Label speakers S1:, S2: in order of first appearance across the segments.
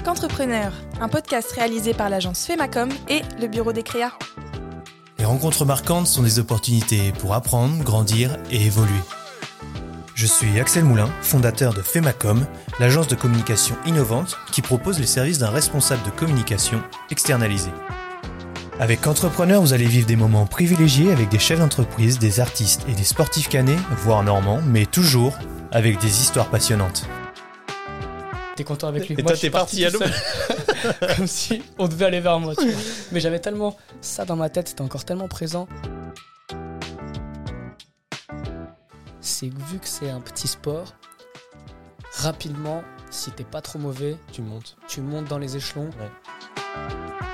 S1: Qu'entrepreneur, un podcast réalisé par l'agence Femacom et le bureau des créas.
S2: Les rencontres marquantes sont des opportunités pour apprendre, grandir et évoluer. Je suis Axel Moulin, fondateur de Femacom, l'agence de communication innovante qui propose les services d'un responsable de communication externalisé. Avec Entrepreneur, vous allez vivre des moments privilégiés avec des chefs d'entreprise, des artistes et des sportifs cannés, voire normands, mais toujours avec des histoires passionnantes.
S3: T'es content avec lui.
S2: Et toi, t'es parti à l'eau.
S3: Comme si on devait aller vers moi, tu vois. Mais j'avais tellement ça dans ma tête, c'était encore tellement présent. C'est que vu que c'est un petit sport, rapidement, si t'es pas trop mauvais,
S2: Tu montes.
S3: tu montes dans les échelons.
S2: Ouais.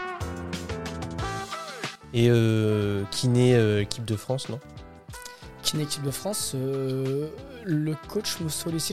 S2: Et kiné équipe de France, non ?
S3: Kiné équipe de France, le coach me sollicite.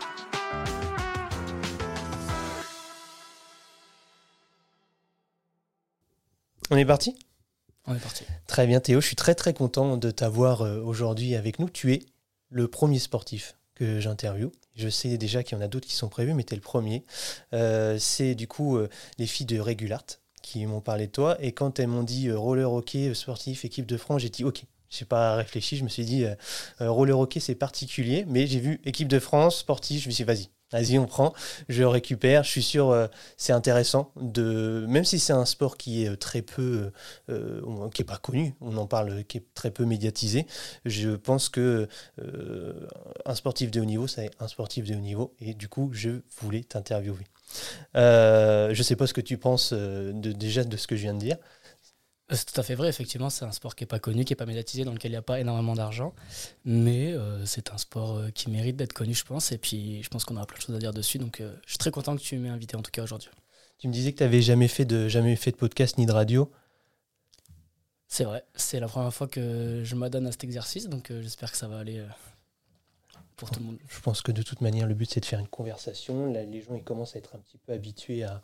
S2: On est parti ?
S3: On est parti.
S2: Très bien Théo, je suis très content de t'avoir aujourd'hui avec nous. Tu es le premier sportif que j'interviewe. Je sais déjà qu'il y en a d'autres qui sont prévus, mais tu es le premier. C'est du coup les filles de Régulart qui m'ont parlé de toi. Et quand elles m'ont dit roller hockey, sportif, équipe de France, j'ai dit ok. Je n'ai pas réfléchi, je me suis dit roller hockey c'est particulier, mais j'ai vu équipe de France, sportif, je me suis dit vas-y on prend, je récupère, je suis sûr c'est intéressant, même si c'est un sport qui est très peu, qui n'est pas connu, on en parle, qui est très peu médiatisé, je pense que un sportif de haut niveau, c'est un sportif de haut niveau, et du coup je voulais t'interviewer. Je ne sais pas ce que tu penses déjà de ce que je viens de dire.
S3: C'est tout à fait vrai, effectivement, c'est un sport qui n'est pas connu, qui n'est pas médiatisé, dans lequel il n'y a pas énormément d'argent. Mais c'est un sport qui mérite d'être connu, je pense. Et puis, je pense qu'on aura plein de choses à dire dessus. Donc, je suis très content que tu m'aies invité, en tout cas, aujourd'hui.
S2: Tu me disais que tu n'avais jamais fait de podcast ni de radio.
S3: C'est vrai, c'est la première fois que je m'adonne à cet exercice. Donc, j'espère que ça va aller pour tout le monde.
S2: Je pense que de toute manière, le but, c'est de faire une conversation. Là, les gens ils commencent à être un petit peu habitués à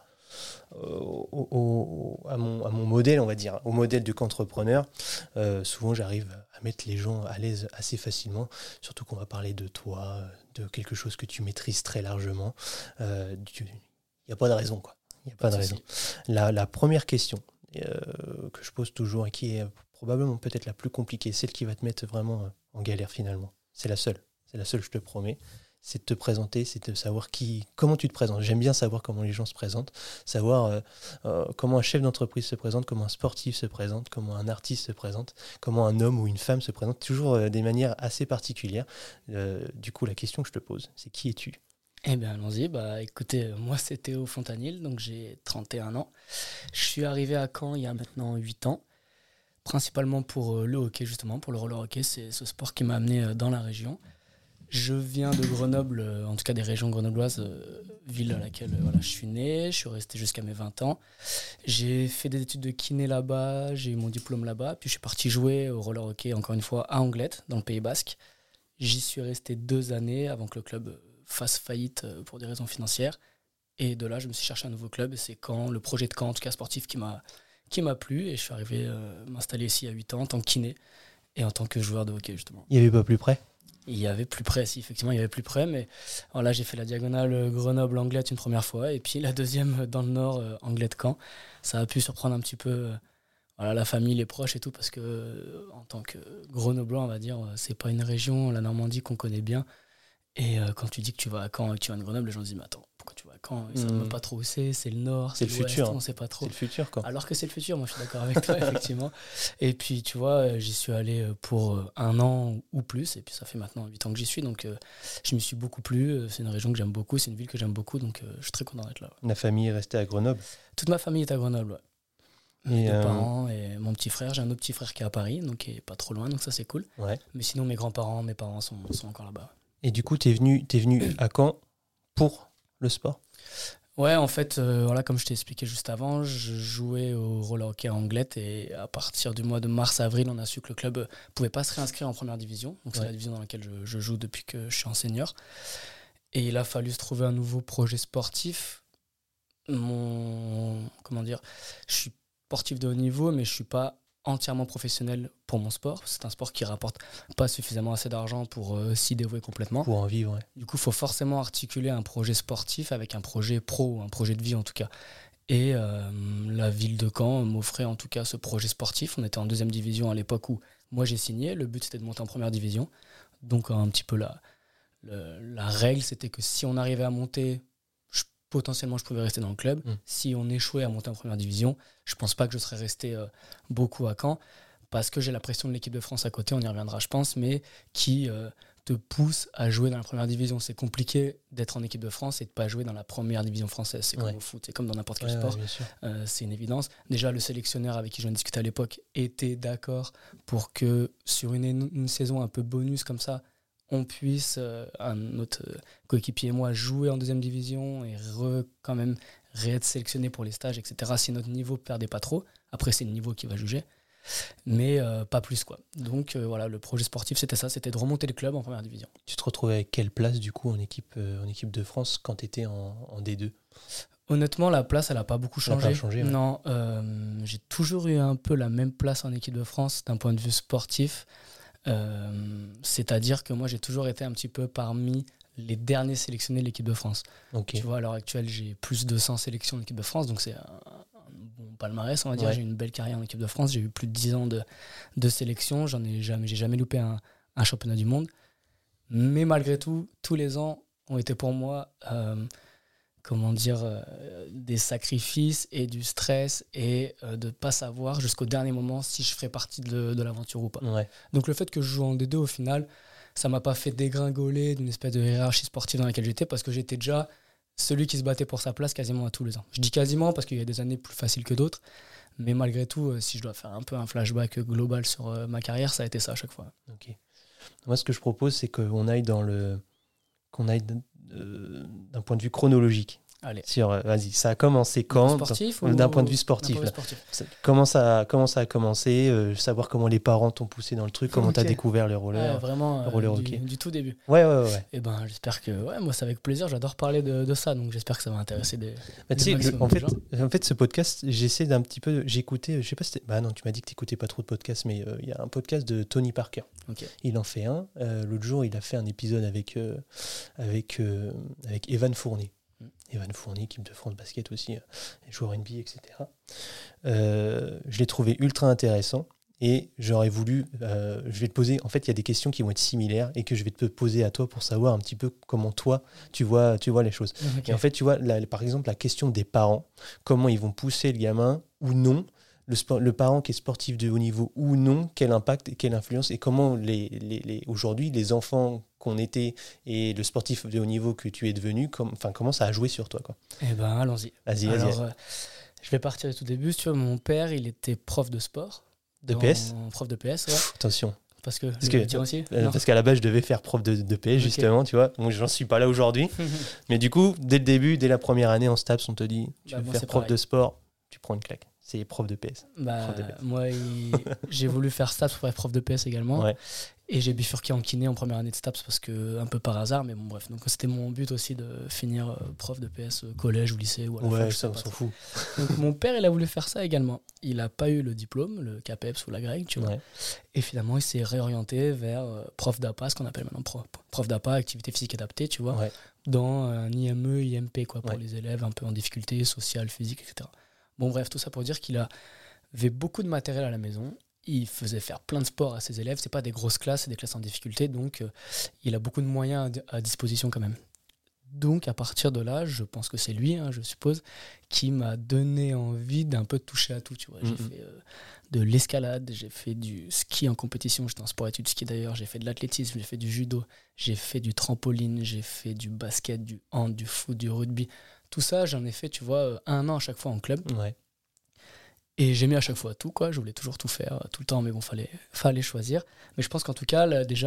S2: mon modèle, on va dire, au modèle de qu'entrepreneur. Souvent, j'arrive à mettre les gens à l'aise assez facilement, surtout qu'on va parler de toi, de quelque chose que tu maîtrises très largement. Il n'y a pas de raison, quoi. Il n'y a pas de raison. La première question que je pose toujours et qui est probablement peut-être la plus compliquée, celle qui va te mettre vraiment en galère finalement. C'est la seule, je te promets. C'est de te présenter, c'est de savoir comment tu te présentes. J'aime bien savoir comment les gens se présentent, savoir comment un chef d'entreprise se présente, comment un sportif se présente, comment un artiste se présente, comment un homme ou une femme se présente, toujours des manières assez particulières. Du coup, la question que je te pose, c'est qui es-tu ?
S3: Eh bien, allons-y. Écoutez, moi, c'est Théo Fontanil, donc j'ai 31 ans. Je suis arrivé à Caen il y a maintenant 8 ans, principalement pour le hockey, justement, pour le roller hockey. C'est ce sport qui m'a amené dans la région. Je viens de Grenoble, en tout cas des régions grenobloises, ville à laquelle je suis né. Je suis resté jusqu'à mes 20 ans. J'ai fait des études de kiné là-bas, j'ai eu mon diplôme là-bas. Puis je suis parti jouer au roller hockey, encore une fois, à Anglet, dans le Pays Basque. J'y suis resté 2 années avant que le club fasse faillite pour des raisons financières. Et de là, je me suis cherché un nouveau club. Et c'est le projet de Caen, en tout cas sportif, qui m'a plu. Et je suis arrivé m'installer ici à 8 ans en tant que kiné et en tant que joueur de hockey, justement.
S2: Il n'y avait pas plus près ?
S3: Il y avait plus près, si, effectivement, il y avait plus près, mais voilà, j'ai fait la diagonale Grenoble-Anglet une première fois, et puis la deuxième dans le nord, Anglet-Caen. Ça a pu surprendre un petit peu la famille, les proches et tout, parce que en tant que Grenoblois, on va dire, c'est pas une région, la Normandie, qu'on connaît bien. Et quand tu dis que tu vas à Caen et que tu viens de Grenoble, les gens se disent, mais attends, pourquoi tu vas à Caen ? Ils savent même pas trop où c'est le nord, c'est
S2: le
S3: l'ouest,
S2: futur.
S3: on sait pas trop.
S2: C'est le futur, quoi.
S3: Alors que c'est le futur, moi je suis d'accord avec toi, effectivement. Et puis tu vois, j'y suis allé pour 1 an ou plus, et puis ça fait maintenant 8 ans que j'y suis, donc je m'y suis beaucoup plu. C'est une région que j'aime beaucoup, c'est une ville que j'aime beaucoup, donc je suis très content d'être là. Ouais.
S2: La famille est restée à Grenoble ?
S3: Toute ma famille est à Grenoble, ouais. Mes 2 parents et mon petit frère. J'ai un autre petit frère qui est à Paris, donc qui est pas trop loin, donc ça c'est cool.
S2: Ouais.
S3: Mais sinon mes grands-parents, mes parents sont encore là-bas.
S2: Et du coup, t'es venu à Caen pour le sport ?
S3: Ouais, en fait, comme je t'ai expliqué juste avant, je jouais au roller hockey à Anglet, et à partir du mois de mars-avril, on a su que le club pouvait pas se réinscrire en première division. Donc c'est la division dans laquelle je joue depuis que je suis en senior. Et il a fallu se trouver un nouveau projet sportif. Je suis sportif de haut niveau, mais je suis pas entièrement professionnel pour mon sport. C'est un sport qui rapporte pas suffisamment assez d'argent pour s'y dévouer complètement.
S2: Pour en vivre, ouais.
S3: Du coup, il faut forcément articuler un projet sportif avec un projet pro, un projet de vie en tout cas. Et la ville de Caen m'offrait en tout cas ce projet sportif. On était en 2e division à l'époque où moi j'ai signé. Le but c'était de monter en 1re division. Donc un petit peu la règle, c'était que si on arrivait à monter, potentiellement je pouvais rester dans le club. Si on échouait à monter en 1re division, je pense pas que je serais resté beaucoup à Caen, parce que j'ai la pression de l'équipe de France à côté, on y reviendra je pense, mais qui te pousse à jouer dans la 1re division. C'est compliqué d'être en équipe de France et de pas jouer dans la 1re division française. C'est comme au foot, c'est comme dans n'importe quel sport. C'est une évidence. Déjà, le sélectionneur avec qui j'en discutais à l'époque était d'accord pour que sur une saison un peu bonus comme ça, on puisse, notre coéquipier et moi, jouer en 2e division et quand même être sélectionné pour les stages, etc. Si notre niveau ne perdait pas trop. Après, c'est le niveau qui va juger. Mais pas plus, quoi. Donc voilà, le projet sportif, c'était ça, c'était de remonter le club en 1re division.
S2: Tu te retrouvais avec quelle place, du coup, en équipe de France quand tu étais en D2 ?
S3: Honnêtement, la place, elle n'a pas beaucoup changé.
S2: Elle n'a pas changé, ouais.
S3: Non, j'ai toujours eu un peu la même place en équipe de France d'un point de vue sportif. C'est-à-dire que moi j'ai toujours été un petit peu parmi les derniers sélectionnés de l'équipe de France.
S2: Okay.
S3: Tu vois, à l'heure actuelle j'ai plus de 100 sélections de l'équipe de France, donc c'est un bon palmarès, on va dire. Ouais. J'ai une belle carrière en équipe de France, j'ai eu plus de 10 ans de sélection, j'ai jamais loupé un championnat du monde, mais malgré tout, tous les ans ont été pour moi des sacrifices et du stress et de ne pas savoir jusqu'au dernier moment si je ferais partie de l'aventure ou pas.
S2: Ouais.
S3: Donc le fait que je joue en D2 au final, ça ne m'a pas fait dégringoler d'une espèce de hiérarchie sportive dans laquelle j'étais, parce que j'étais déjà celui qui se battait pour sa place quasiment à tous les ans. Je dis quasiment parce qu'il y a des années plus faciles que d'autres, mais malgré tout, si je dois faire un peu un flashback global sur ma carrière, ça a été ça à chaque fois.
S2: Okay. Moi ce que je propose, c'est qu'on aille d'un point de vue chronologique.
S3: Allez.
S2: Vas-y, ça a commencé quand ? D'un point de vue sportif. Comment ça a commencé, savoir comment les parents t'ont poussé dans le truc, comment tu as découvert le roller,
S3: vraiment,
S2: le roller hockey.
S3: Du tout début.
S2: Ouais.
S3: Et ben, j'espère que moi c'est avec plaisir, j'adore parler de ça, donc j'espère que ça va intéresser des
S2: en fait, ce podcast, j'essaie d'un petit peu, j'écoutais, je sais pas si non, tu m'as dit que t'écoutais pas trop de podcasts, mais il y a un podcast de Tony Parker.
S3: Okay.
S2: Il en fait un. L'autre jour, il a fait un épisode avec Evan Fournier. Evan Fournier, équipe de France basket aussi, joueur NBA, etc. Je l'ai trouvé ultra intéressant et j'aurais voulu, je vais te poser, en fait il y a des questions qui vont être similaires et que je vais te poser à toi pour savoir un petit peu comment toi tu vois les choses. Okay. Et en fait tu vois, par exemple la question des parents, comment ils vont pousser le gamin ou non, le parent qui est sportif de haut niveau ou non, quel impact et quelle influence, et comment aujourd'hui les enfants qu'on était et le sportif de haut niveau que tu es devenu, comment ça a joué sur toi, quoi.
S3: Eh ben allons-y.
S2: Vas-y.
S3: Je vais partir du tout début. Tu vois, mon père, il était prof de sport.
S2: PS.
S3: Prof de PS, ouais.
S2: Attention.
S3: Parce
S2: qu'à la base, je devais faire prof de PS, justement, tu vois. Donc, j'en suis pas là aujourd'hui. Mais du coup, dès le début, dès la première année en STAPS, on te dit, tu veux faire prof de sport, tu prends une claque. C'est prof de PS.
S3: Moi, j'ai voulu faire STAPS pour être prof de PS également.
S2: Ouais.
S3: Et j'ai bifurqué en kiné en première année de STAPS parce que, un peu par hasard, mais bon, bref. Donc, c'était mon but aussi de finir prof de PS collège ou lycée. Ou à la
S2: fac, ça, on s'en fout.
S3: Donc, mon père, il a voulu faire ça également. Il n'a pas eu le diplôme, le CAPEPS ou la GREC, tu vois. Ouais. Et finalement, il s'est réorienté vers prof d'APA, ce qu'on appelle maintenant prof d'APA, activité physique adaptée, tu vois, dans un IME, IMP, quoi, pour les élèves un peu en difficulté sociale, physique, etc. Bon, bref, tout ça pour dire qu'il avait beaucoup de matériel à la maison. Il faisait faire plein de sports à ses élèves. C'est pas des grosses classes, c'est des classes en difficulté. Donc, il a beaucoup de moyens à disposition quand même. Donc, à partir de là, je pense que c'est lui, je suppose, qui m'a donné envie d'un peu toucher à tout. Tu vois. J'ai fait de l'escalade, j'ai fait du ski en compétition. J'étais en sport-études ski d'ailleurs. J'ai fait de l'athlétisme, j'ai fait du judo, j'ai fait du trampoline, j'ai fait du basket, du hand, du foot, du rugby. Tout ça, j'en ai fait, tu vois, 1 an à chaque fois en club.
S2: Ouais.
S3: Et j'aimais à chaque fois tout, quoi. Je voulais toujours tout faire, tout le temps, mais bon, fallait choisir. Mais je pense qu'en tout cas,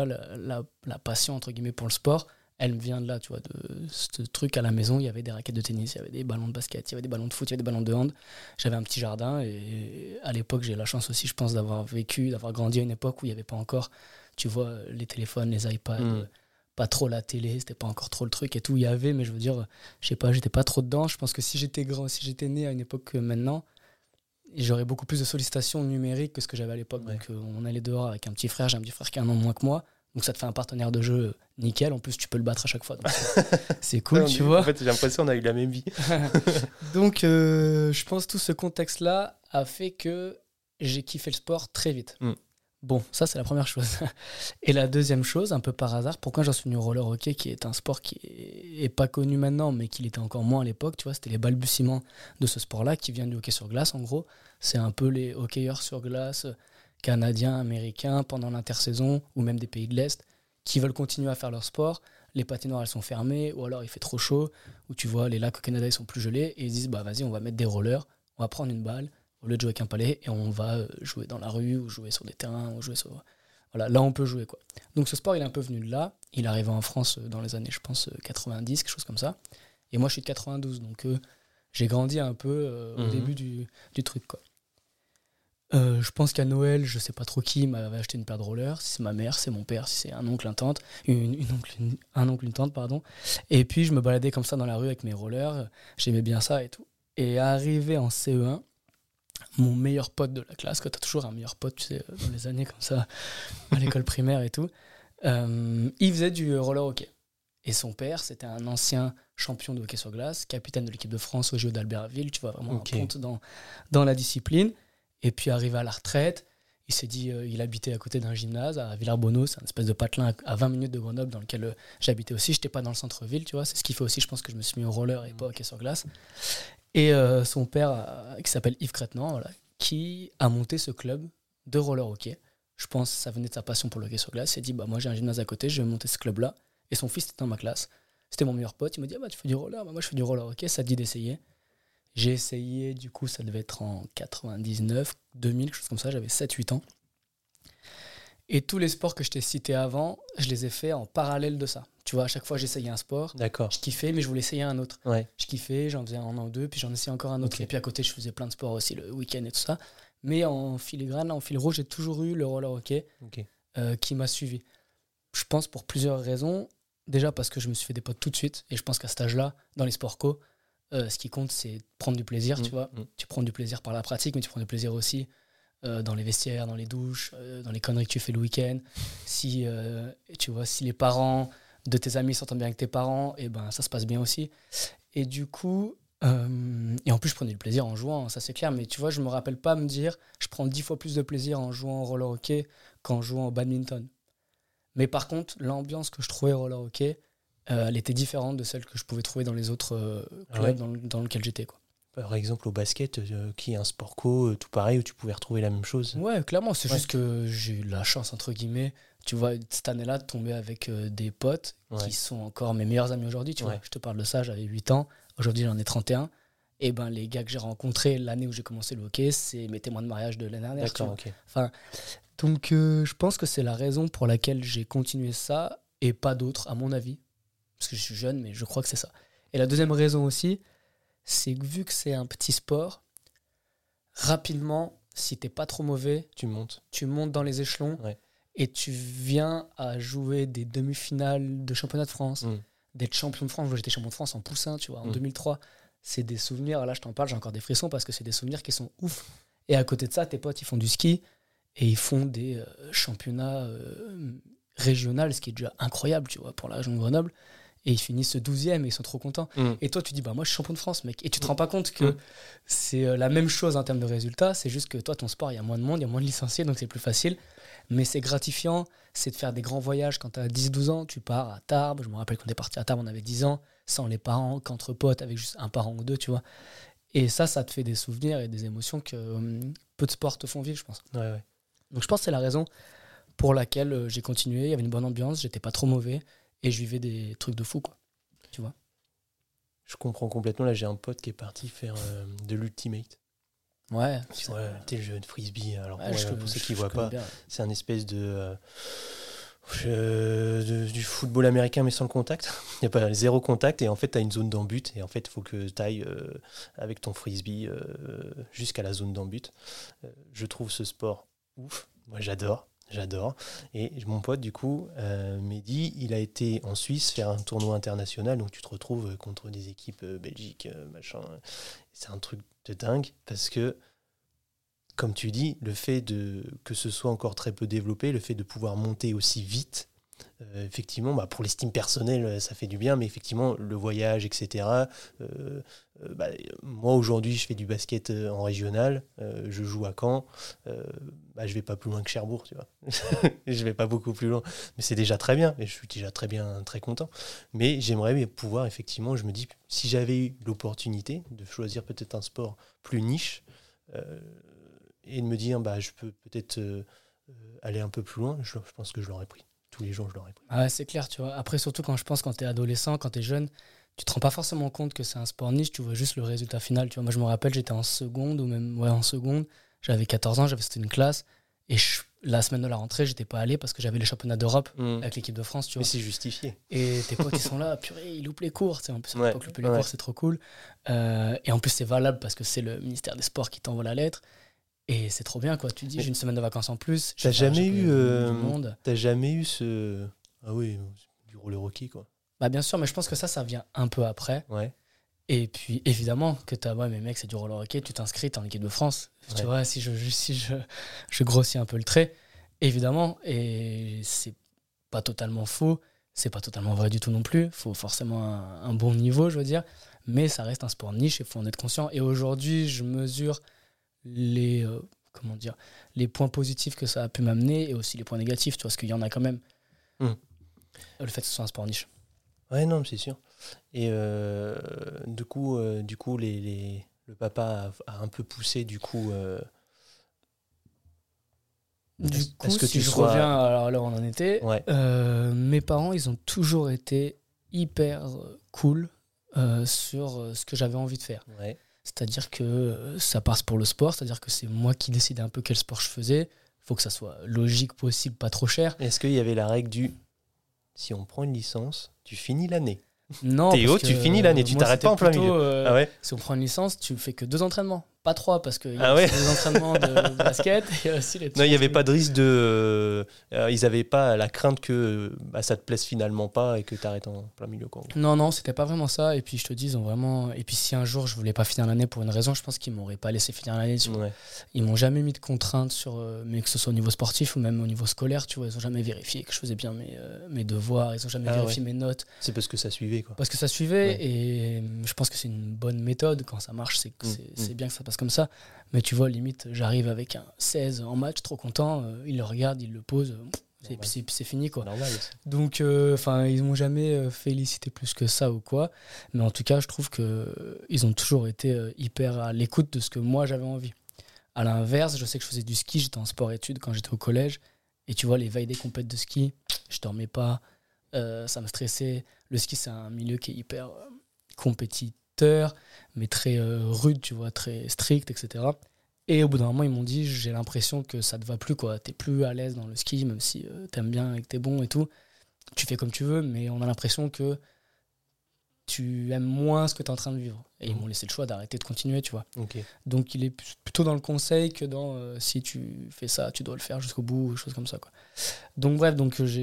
S3: la passion, entre guillemets, pour le sport, elle me vient de là, tu vois, de ce truc à la maison. Il y avait des raquettes de tennis, il y avait des ballons de basket, il y avait des ballons de foot, il y avait des ballons de hand. J'avais un petit jardin et à l'époque, j'ai eu la chance aussi, je pense, d'avoir grandi à une époque où il n'y avait pas encore, tu vois, les téléphones, les iPads, pas trop la télé, c'était pas encore trop le truc et tout. Il y avait, mais je veux dire, je sais pas, j'étais pas trop dedans. Je pense que si j'étais né à une époque que maintenant, j'aurais beaucoup plus de sollicitations numériques que ce que j'avais à l'époque.
S2: Ouais.
S3: Donc on allait dehors avec un petit frère, j'ai un petit frère qui a un an moins que moi. Donc ça te fait un partenaire de jeu nickel. En plus, tu peux le battre à chaque fois. Donc, c'est cool,
S2: Ouais,
S3: tu vois.
S2: En fait, j'ai l'impression qu'on a eu la même vie.
S3: Donc je pense que tout ce contexte-là a fait que j'ai kiffé le sport très vite. Bon, ça c'est la première chose. Et la deuxième chose, un peu par hasard, pourquoi j'en suis venu au roller hockey, qui est un sport qui est pas connu maintenant, mais qui l'était encore moins à l'époque, tu vois, c'était les balbutiements de ce sport-là, qui vient du hockey sur glace en gros. C'est un peu les hockeyeurs sur glace canadiens, américains, pendant l'intersaison, ou même des pays de l'Est, qui veulent continuer à faire leur sport. Les patinoires, elles sont fermées, ou alors il fait trop chaud, ou tu vois, les lacs au Canada, ils sont plus gelés, et ils disent, bah vas-y, on va mettre des rollers, on va prendre une balle, au lieu de jouer avec un palais, et on va jouer dans la rue, ou jouer sur des terrains, ou jouer sur... Voilà, là on peut jouer, quoi. Donc ce sport, il est un peu venu de là. Il est arrivé en France dans les années, je pense, 90, quelque chose comme ça. Et moi, je suis de 92, donc j'ai grandi un peu au début du truc, quoi. Je pense qu'à Noël, je sais pas trop qui m'avait acheté une paire de rollers, si c'est ma mère, si c'est mon père, si c'est un oncle, un tante, un oncle, une tante, pardon. Et puis je me baladais comme ça dans la rue avec mes rollers, j'aimais bien ça et tout. Et arrivé en CE1, mon meilleur pote de la classe, quand t'as toujours un meilleur pote, tu sais, dans les années comme ça, à l'école primaire et tout, il faisait du roller hockey. Et son père, c'était un ancien champion de hockey sur glace, capitaine de l'équipe de France au Jeux d'Albertville, tu vois, vraiment un ponte dans la discipline. Et puis arrivé à la retraite, il s'est dit, il habitait à côté d'un gymnase à Villars-Bonneau, c'est une espèce de patelin à 20 minutes de Grenoble dans lequel j'habitais aussi. Je n'étais pas dans le centre-ville, tu vois. C'est ce qui fait aussi, je pense, que je me suis mis au roller et pas au hockey sur glace. Et son père, qui s'appelle Yves Crétenant, voilà, qui a monté ce club de roller hockey. Je pense que ça venait de sa passion pour le hockey sur glace. Il s'est dit, bah, moi j'ai un gymnase à côté, je vais monter ce club-là. Et son fils était dans ma classe. C'était mon meilleur pote. Il m'a dit, ah, bah, tu fais du roller, bah, moi je fais du roller hockey, ça te dit d'essayer. J'ai essayé, du coup, ça devait être en 99, 2000, quelque chose comme ça, j'avais 7-8 ans. Et tous les sports que je t'ai cités avant, je les ai faits en parallèle de ça. Tu vois, à chaque fois, j'essayais un sport.
S2: D'accord.
S3: Je kiffais, mais je voulais essayer un autre.
S2: Ouais.
S3: Je kiffais, j'en faisais un an ou deux, puis j'en essayais encore un autre.
S2: Okay.
S3: Et puis à côté, je faisais plein de sports aussi, le week-end et tout ça. Mais en filigrane, en fil rouge, j'ai toujours eu le roller hockey qui m'a suivi. Je pense pour plusieurs raisons. Déjà parce que je me suis fait des potes tout de suite. Et je pense qu'à cet âge-là, dans les sports co, ce qui compte, c'est prendre du plaisir, tu vois. Tu prends du plaisir par la pratique, mais tu prends du plaisir aussi dans les vestiaires, dans les douches, dans les conneries que tu fais le week-end. Si, tu vois, si les parents de tes amis s'entendent bien avec tes parents, et ben, ça se passe bien aussi. Et du coup, et en plus, je prenais du plaisir en jouant, ça c'est clair. Mais tu vois, je me rappelle pas me dire, je prends 10 fois plus de plaisir en jouant au roller hockey qu'en jouant au badminton. Mais par contre, l'ambiance que je trouvais au roller hockey, elle était différente de celle que je pouvais trouver dans les autres clubs dans lesquels j'étais, quoi.
S2: Par exemple, au basket, qui est un sport co, tout pareil, où tu pouvais retrouver la même chose.
S3: Ouais, clairement, c'est juste que j'ai eu la chance, entre guillemets, tu vois, cette année-là, de tomber avec des potes qui sont encore mes meilleurs amis aujourd'hui, tu vois. Je te parle de ça, j'avais 8 ans, aujourd'hui j'en ai 31. Et ben les gars que j'ai rencontrés l'année où j'ai commencé le hockey, c'est mes témoins de mariage de l'année dernière.
S2: D'accord, ok.
S3: Enfin, donc je pense que c'est la raison pour laquelle j'ai continué ça et pas d'autres, à mon avis. Parce que je suis jeune, mais je crois que c'est ça. Et la deuxième raison aussi, c'est que vu que c'est un petit sport, rapidement, si t'es pas trop mauvais, tu montes dans les échelons et tu viens à jouer des demi-finales de championnat de France, d'être champion de France. Moi, j'étais champion de France en poussin, tu vois, en 2003. C'est des souvenirs, là je t'en parle, j'ai encore des frissons parce que c'est des souvenirs qui sont ouf. Et à côté de ça, tes potes, ils font du ski et ils font des championnats régionaux, ce qui est déjà incroyable, tu vois, pour la région de Grenoble. Et ils finissent 12e et ils sont trop contents. Et toi, tu dis, bah moi, je suis champion de France, mec. Et tu te rends pas compte que c'est la même chose en termes de résultats. C'est juste que toi, ton sport, il y a moins de monde, il y a moins de licenciés, donc c'est plus facile. Mais c'est gratifiant, c'est de faire des grands voyages. Quand tu as 10-12 ans, tu pars à Tarbes. Je me rappelle qu'on est parti à Tarbes, on avait 10 ans, sans les parents, qu'entre potes, avec juste un parent ou deux, tu vois. Et ça te fait des souvenirs et des émotions que peu de sports te font vivre, je pense.
S2: Ouais.
S3: Donc je pense que c'est la raison pour laquelle j'ai continué. Il y avait une bonne ambiance, j'étais pas trop mauvais. Et je vivais des trucs de fou, quoi. Tu vois.
S2: Je comprends complètement. Là, j'ai un pote qui est parti faire de l'ultimate.
S3: Ouais.
S2: T'es le jeu de frisbee. Alors, pour ceux qui ne voient pas, c'est un espèce de du football américain, mais sans le contact. Il n'y a pas zéro contact. Et en fait, tu as une zone d'en-but. Et en fait, il faut que tu ailles avec ton frisbee jusqu'à la zone d'en-but. Je trouve ce sport ouf. Moi, j'adore. Et mon pote, du coup, Mehdi, il a été en Suisse faire un tournoi international, donc tu te retrouves contre des équipes Belgique, machin. C'est un truc de dingue, parce que comme tu dis, le fait que ce soit encore très peu développé, le fait de pouvoir monter aussi vite, effectivement, pour l'estime personnelle, ça fait du bien, mais effectivement, le voyage, etc. Moi, aujourd'hui, je fais du basket en régional, je joue à Caen, je vais pas plus loin que Cherbourg, tu vois. Je vais pas beaucoup plus loin, mais c'est déjà très bien, et je suis déjà très bien, très content. Mais j'aimerais pouvoir, effectivement, je me dis, si j'avais eu l'opportunité de choisir peut-être un sport plus niche, et de me dire, je peux peut-être aller un peu plus loin, je pense que je l'aurais pris. Tous les jours, je l'aurais pris.
S3: Ah, c'est clair, tu vois. Après, surtout quand t'es adolescent, quand t'es jeune, tu te rends pas forcément compte que c'est un sport niche, tu vois juste le résultat final. Tu vois, moi, je me rappelle, j'étais en seconde, ou même en seconde, j'avais 14 ans, c'était une classe, et la semaine de la rentrée, j'étais pas allé parce que j'avais les championnats d'Europe avec l'équipe de France, tu vois.
S2: Mais c'est justifié.
S3: Et tes potes, ils sont là, purée, ils loupent les cours. En plus, à l'époque, louper les cours, c'est trop cool. Et en plus, c'est valable parce que c'est le ministère des Sports qui t'envoie la lettre. Et c'est trop bien, quoi. Tu dis, j'ai une semaine de vacances en plus.
S2: T'as jamais eu ce... Ah oui, du roller hockey, quoi.
S3: Bien sûr, mais je pense que ça vient un peu après.
S2: Ouais.
S3: Et puis, évidemment, que mais mec, c'est du roller hockey, tu t'inscris, t'es en équipe de France. Ouais. Tu vois, si je grossis un peu le trait, évidemment, et c'est pas totalement faux, c'est pas totalement vrai du tout non plus. Faut forcément un bon niveau, je veux dire, mais ça reste un sport niche et faut en être conscient. Et aujourd'hui, je mesure les points positifs que ça a pu m'amener et aussi les points négatifs, tu vois, parce qu'il y en a quand même. Le fait que ce soit un sport niche.
S2: Ouais, non, c'est sûr. Et du coup, le papa a un peu poussé, du coup...
S3: si je reviens alors là où on en était, mes parents, ils ont toujours été hyper cool sur ce que j'avais envie de faire.
S2: Ouais.
S3: C'est-à-dire que ça passe pour le sport, c'est-à-dire que c'est moi qui décidais un peu quel sport je faisais. Il faut que ça soit logique possible, pas trop cher.
S2: Est-ce qu'il y avait la règle du si on prend une licence, tu finis l'année?
S3: Non,
S2: Théo, tu finis l'année, tu t'arrêtes pas en plein milieu.
S3: Si on prend une licence, tu fais que 2 entraînements, pas 3, parce qu'il y
S2: a
S3: des entraînements de basket et aussi les...
S2: Non, il n'y avait pas de risque de... ils n'avaient pas la crainte que ça te plaise finalement pas et que tu arrêtes en plein milieu, quoi.
S3: Non, c'était pas vraiment ça. Et puis je te dis, ils ont vraiment... Et puis si un jour je voulais pas finir l'année pour une raison, je pense qu'ils m'auraient pas laissé finir l'année.
S2: Ouais.
S3: Ils m'ont jamais mis de contraintes sur... mais que ce soit au niveau sportif ou même au niveau scolaire, tu vois, ils ont jamais vérifié que je faisais bien mes devoirs, ils ont jamais vérifié mes notes.
S2: C'est parce que ça suivait, quoi.
S3: Parce que ça suivait, et je pense que c'est une bonne méthode. Quand ça marche, c'est bien que ça passe comme ça. Mais tu vois, limite, j'arrive avec un 16 en match, trop content, il le regarde, il le pose, c'est fini, quoi.
S2: Normal.
S3: Donc, ils m'ont jamais félicité plus que ça ou quoi. Mais en tout cas, je trouve qu'ils ont toujours été hyper à l'écoute de ce que moi j'avais envie. À l'inverse, je sais que je faisais du ski, j'étais en sport-études quand j'étais au collège. Et tu vois, les veilles des compètes de ski, je dormais pas, ça me stressait. Le ski, c'est un milieu qui est hyper compétiteur, mais très rude, tu vois, très strict, etc. Et au bout d'un moment, ils m'ont dit, j'ai l'impression que ça te va plus, quoi. T'es plus à l'aise dans le ski, même si t'aimes bien et que t'es bon et tout. Tu fais comme tu veux, mais on a l'impression que tu aimes moins ce que t'es en train de vivre. Et ils m'ont laissé le choix d'arrêter de continuer, tu vois.
S2: Okay.
S3: Donc il est plutôt dans le conseil que dans si tu fais ça, tu dois le faire jusqu'au bout, choses comme ça, quoi. Donc bref,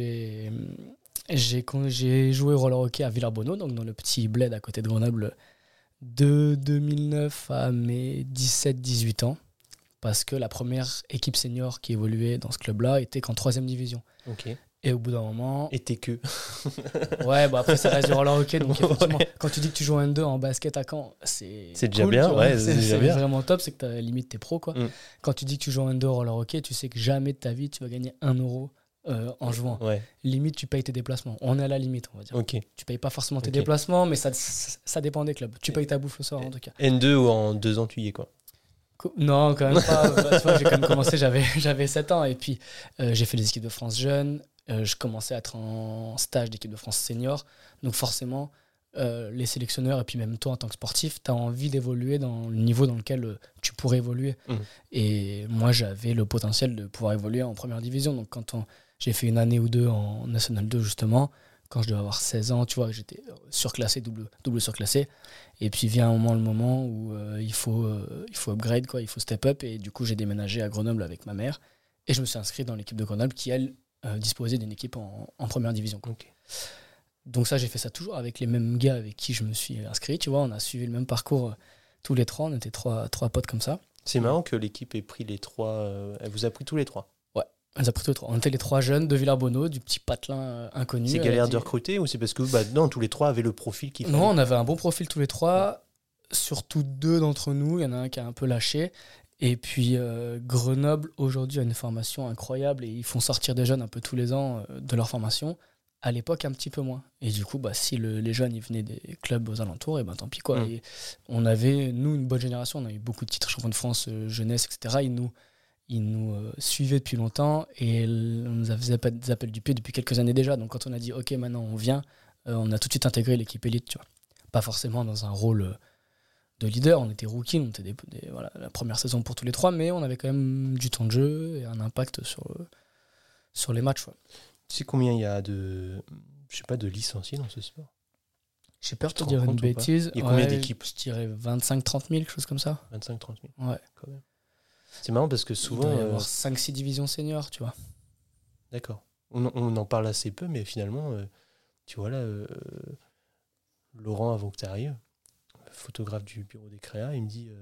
S3: j'ai joué au roller hockey à Villarbonneau, donc dans le petit bled à côté de Grenoble, de 2009 à mes 17-18 ans, parce que la première équipe senior qui évoluait dans ce club-là était qu'en 3e division.
S2: Okay.
S3: Et au bout d'un moment...
S2: Et t'es que...
S3: Ouais, après ça reste du roller hockey, donc effectivement, quand tu dis que tu joues en N2 en basket à Caen, c'est
S2: déjà
S3: cool,
S2: bien, ouais, c'est déjà bien.
S3: Vraiment top, c'est que t'as limite t'es pro, quoi. Quand tu dis que tu joues en N2 roller hockey, tu sais que jamais de ta vie tu vas gagner 1 euro en jouant.
S2: Ouais.
S3: Limite, tu payes tes déplacements. On est à la limite, on va dire.
S2: Okay.
S3: Tu payes pas forcément tes déplacements, mais ça dépend des clubs. Tu payes ta bouffe le soir, en tout cas.
S2: N2 ou en 2 ans, tu y es, quoi?
S3: Non, quand même pas. Tu vois, j'ai quand même commencé, j'avais 7 ans. Et puis, j'ai fait les équipes de France jeunes. Je commençais à être en stage d'équipe de France senior. Donc forcément, les sélectionneurs et puis même toi en tant que sportif, tu as envie d'évoluer dans le niveau dans lequel tu pourrais évoluer. Et moi, j'avais le potentiel de pouvoir évoluer en première division. Donc quand j'ai fait une année ou deux en National 2 justement, quand je devais avoir 16 ans, tu vois, j'étais surclassé, double surclassé. Et puis vient le moment où il faut upgrade, quoi, il faut step up. Et du coup, j'ai déménagé à Grenoble avec ma mère. Et je me suis inscrit dans l'équipe de Grenoble qui, elle, disposait d'une équipe en première division.
S2: Okay.
S3: Donc ça, j'ai fait ça toujours avec les mêmes gars avec qui je me suis inscrit. Tu vois, on a suivi le même parcours tous les trois. On était trois potes comme ça.
S2: C'est marrant que l'équipe ait pris les 3. Elle vous a pris tous les 3.
S3: On a pris tous les 3. On était les 3 jeunes de Villers-Bonneau, du petit patelin inconnu.
S2: C'est galère de recruter ou c'est parce que non, tous les 3 avaient le profil qu'il fallait?
S3: Non, on avait un bon profil tous les 3. Surtout 2 d'entre nous. Il y en a un qui a un peu lâché. Et puis Grenoble, aujourd'hui, a une formation incroyable et ils font sortir des jeunes un peu tous les ans de leur formation. À l'époque, un petit peu moins. Et du coup, si les jeunes ils venaient des clubs aux alentours, et tant pis quoi. Et on avait, nous, une bonne génération. On a eu beaucoup de titres champion de France, jeunesse, etc. Ils nous suivaient depuis longtemps et on nous faisait des appels du pied depuis quelques années déjà. Donc quand on a dit ok, maintenant on vient, on a tout de suite intégré l'équipe élite, tu vois. Pas forcément dans un rôle de leader, on était rookie, on était la première saison pour tous les 3, mais on avait quand même du temps de jeu et un impact sur les matchs. Ouais.
S2: Tu sais combien il y a de licenciés dans ce sport?
S3: J'ai peur de te dire une bêtise.
S2: Il y a combien d'équipes?
S3: Je dirais 25-30 000, quelque chose comme ça.
S2: 25-30 000.
S3: Ouais.
S2: Quand même. C'est marrant parce que souvent...
S3: Il doit y avoir 5-6 divisions seniors, tu vois.
S2: D'accord. On en parle assez peu, mais finalement, tu vois là, Laurent, avant que tu arrives, photographe du bureau des créas, il me dit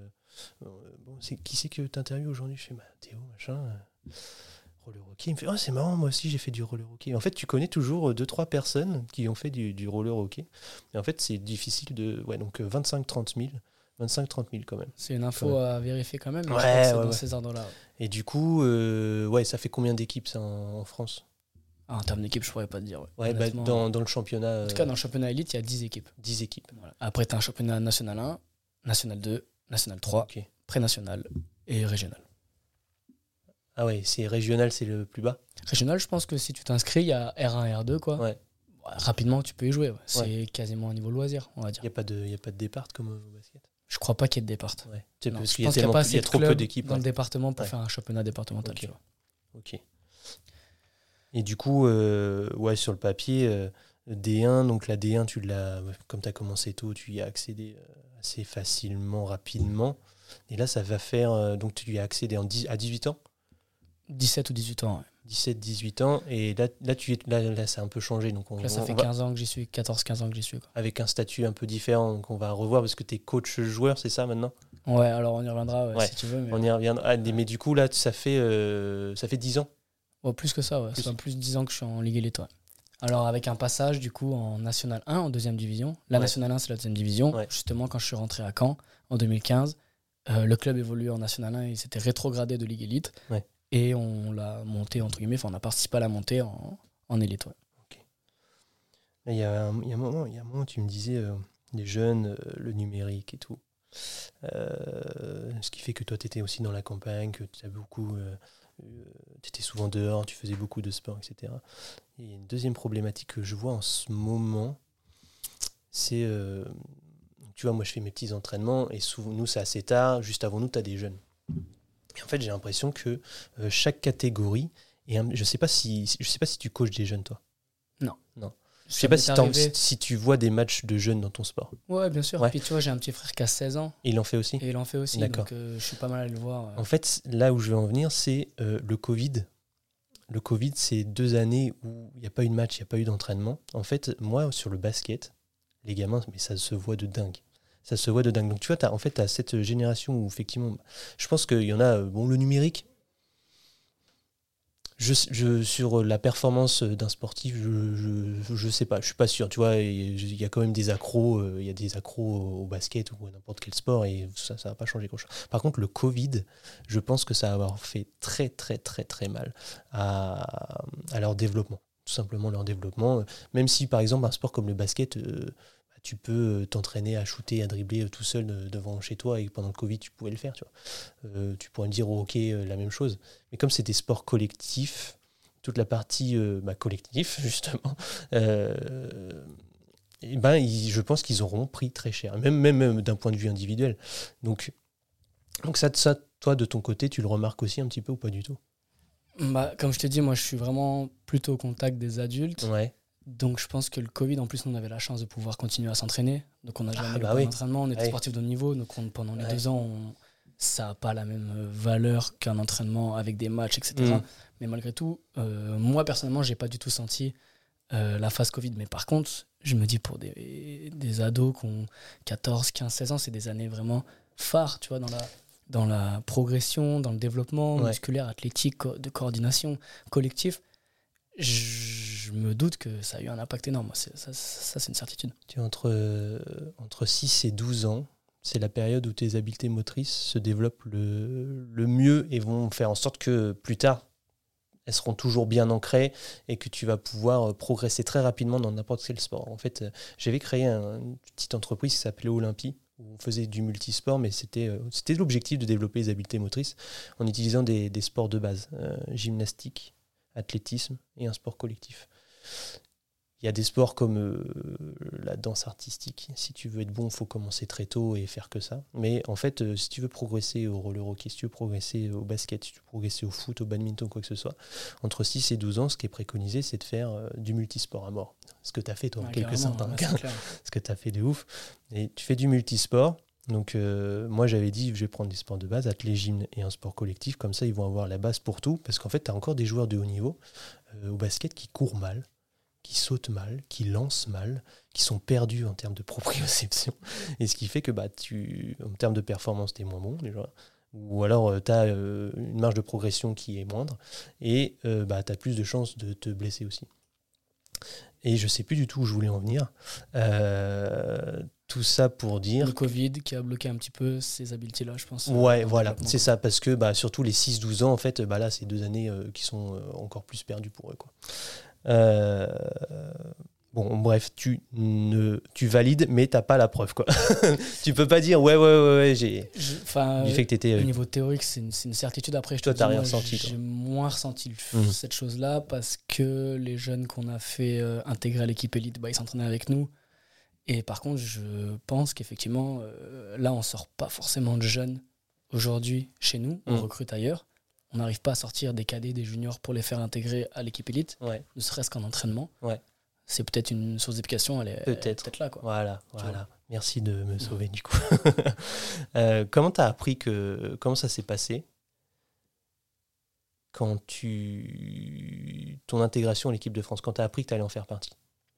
S2: qui c'est que tu interviews aujourd'hui? Je fais Théo, machin, roller hockey. Il me fait c'est marrant, moi aussi j'ai fait du roller hockey. En fait, tu connais toujours 2-3 personnes qui ont fait du roller hockey. Et en fait, c'est difficile de. Ouais, donc 25-30 000. 25-30 000 quand même.
S3: C'est une info à vérifier quand même.
S2: Ouais,
S3: dans ces ordres-là.
S2: Et du coup, ça fait combien d'équipes ça en France?
S3: En termes d'équipe, je pourrais pas te dire.
S2: Ouais, dans le championnat.
S3: En tout cas, dans le championnat élite, il y a 10 équipes.
S2: 10 équipes.
S3: Voilà. Après, tu as un championnat national 1, national 2, national 3, pré-national et régional.
S2: Ah ouais, c'est régional, c'est le plus bas?
S3: Régional, je pense que si tu t'inscris, il y a R1, R2, quoi.
S2: Ouais.
S3: Rapidement, tu peux y jouer. Ouais. C'est quasiment un niveau loisir, on va dire.
S2: Il n'y a pas de départ comme au basket?
S3: Je crois pas qu'il y ait de départ.
S2: Ouais.
S3: Non, je pense qu'il n'y a pas assez de
S2: trop peu d'équipes
S3: dans le département pour faire un championnat départemental.
S2: Okay.
S3: Tu vois.
S2: Ok. Et du coup, sur le papier, D1, donc la D1, comme tu as commencé tôt, tu y as accédé assez facilement, rapidement. Et là, ça va faire. Donc, tu y as accédé à 18 ans?
S3: 17 ou 18 ans, ouais.
S2: 17-18 ans. Et là, ça a un peu changé. Donc
S3: ça fait 15 ans que j'y suis, 14-15 ans que j'y suis. Quoi.
S2: Avec un statut un peu différent. Donc, on va revoir parce que tu es coach-joueur, c'est ça maintenant?
S3: Ouais, alors on y reviendra si tu veux. Mais...
S2: On y reviendra. Mais du coup, là, ça fait 10 ans.
S3: Oh, plus que ça, ouais. Ça fait plus de 10 ans que je suis en Ligue Élite. Ouais. Alors, avec un passage, du coup, en National 1, en deuxième division. La National 1, c'est la deuxième division. Ouais. Justement, quand je suis rentré à Caen, en 2015, le club évoluait en National 1 et s'était rétrogradé de Ligue Élite. Ouais. Et on l'a monté, entre guillemets, on a participé à la montée en élite. Ouais.
S2: Okay. Il y a un moment où tu me disais, les jeunes, le numérique et tout. Ce qui fait que toi, tu étais aussi dans la campagne, que tu as beaucoup... tu étais souvent dehors, tu faisais beaucoup de sport, etc. Et une deuxième problématique que je vois en ce moment, c'est... tu vois, moi, je fais mes petits entraînements, et souvent, nous, c'est assez tard. Juste avant nous, tu as des jeunes. Et en fait, j'ai l'impression que chaque catégorie, je sais pas si tu coaches des jeunes, toi.
S3: Non.
S2: Je sais pas si tu vois des matchs de jeunes dans ton sport.
S3: Ouais, bien sûr. Ouais. Puis tu vois, j'ai un petit frère qui a 16 ans.
S2: Et il en fait aussi.
S3: D'accord. Donc je suis pas mal à le voir.
S2: En fait, là où je veux en venir, c'est le Covid. Le Covid, c'est 2 années où il n'y a pas eu de match, il n'y a pas eu d'entraînement. En fait, moi, sur le basket, les gamins, mais ça se voit de dingue. Ça se voit de dingue. Donc tu vois, t'as cette génération où effectivement, je pense qu'il y en a, le numérique, sur la performance d'un sportif, je sais pas, je suis pas sûr. Tu vois, il y a quand même des accros, il y a des accros au basket ou à n'importe quel sport et ça va pas changer grand-chose. Par contre, le Covid, je pense que ça va avoir fait très très très très mal à leur développement. Tout simplement leur développement. Même si par exemple un sport comme le basket, tu peux t'entraîner à shooter, à dribbler tout seul devant chez toi et pendant le Covid, tu pouvais le faire. Tu vois. Tu pourrais me dire au hockey la même chose. Mais comme c'est des sports collectifs, toute la partie collectif, justement, je pense qu'ils auront pris très cher, même d'un point de vue individuel. Donc ça, toi, de ton côté, tu le remarques aussi un petit peu ou pas du tout?
S3: Comme je te dis, moi, je suis vraiment plutôt au contact des adultes.
S2: Ouais.
S3: Donc je pense que le Covid, en plus, on avait la chance de pouvoir continuer à s'entraîner. Donc on n'a jamais eu d'entraînement, on était sportifs de haut niveau. Donc pendant les 2 ans, ça n'a pas la même valeur qu'un entraînement avec des matchs, etc. Mais malgré tout, moi personnellement, j'ai pas du tout senti la phase Covid. Mais par contre, je me dis pour des ados qui ont 14, 15, 16 ans, c'est des années vraiment phares, tu vois, dans la progression, dans le développement musculaire, athlétique, de coordination, collectif, je me doute que ça a eu un impact énorme. Ça, c'est une certitude.
S2: Entre 6 et 12 ans, c'est la période où tes habiletés motrices se développent le mieux et vont faire en sorte que plus tard, elles seront toujours bien ancrées et que tu vas pouvoir progresser très rapidement dans n'importe quel sport. En fait, j'avais créé une petite entreprise qui s'appelait Olympie, où on faisait du multisport, mais c'était l'objectif de développer les habiletés motrices en utilisant des sports de base, gymnastique, athlétisme et un sport collectif. Il y a des sports comme la danse artistique. Si tu veux être bon, il faut commencer très tôt et faire que ça. Mais en fait, si tu veux progresser au roller hockey, si tu veux progresser au basket, si tu veux progresser au foot, au badminton, quoi que ce soit, entre 6 et 12 ans, ce qui est préconisé, c'est de faire du multisport à mort. Ce que tu as fait, toi, en quelque sorte. Ce que tu as fait de ouf. Et tu fais du multisport. Donc, moi, j'avais dit, je vais prendre des sports de base, athlé, gym et un sport collectif. Comme ça, ils vont avoir la base pour tout. Parce qu'en fait, tu as encore des joueurs de haut niveau au basket qui courent mal, qui sautent mal, qui lancent mal, qui sont perdus en termes de proprioception. Et ce qui fait que en termes de performance, tu es moins bon déjà. Ou alors tu as une marge de progression qui est moindre. Et tu as plus de chances de te blesser aussi. Et je ne sais plus du tout où je voulais en venir. Tout ça pour dire...
S3: Le Covid qui a bloqué un petit peu ces habiletés-là, je pense.
S2: Ouais, voilà, c'est ça. Parce que surtout les 6-12 ans, en fait, là, c'est 2 années qui sont encore plus perdues pour eux, quoi. Bon, bref, tu valides, mais t'as pas la preuve, quoi. Tu peux pas dire ouais, j'ai. Du fait que t'étais.
S3: Au niveau théorique, c'est une certitude. Après,
S2: toi, t'as rien ressenti.
S3: J'ai moins ressenti cette chose-là parce que les jeunes qu'on a fait intégrer à l'équipe élite, ils s'entraînaient avec nous. Et par contre, je pense qu'effectivement, là, on sort pas forcément de jeunes aujourd'hui chez nous. On recrute ailleurs. On n'arrive pas à sortir des cadets, des juniors pour les faire intégrer à l'équipe élite, ne serait-ce qu'en entraînement. Ouais. C'est peut-être une source d'explication, elle est peut-être là, quoi.
S2: Voilà. Merci de me sauver, du coup. Comment t'as appris comment ça s'est passé quand ton intégration à l'équipe de France, quand t'as appris que t'allais en faire partie?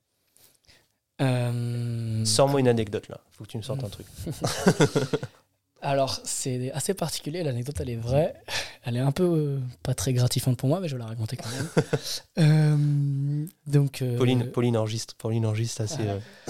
S2: Sors-moi une anecdote, là. Faut que tu me sortes un truc.
S3: Alors, c'est assez particulier, l'anecdote, elle est vraie. Elle est un peu pas très gratifiante pour moi, mais je vais la raconter quand même.
S2: Pauline enregistre assez...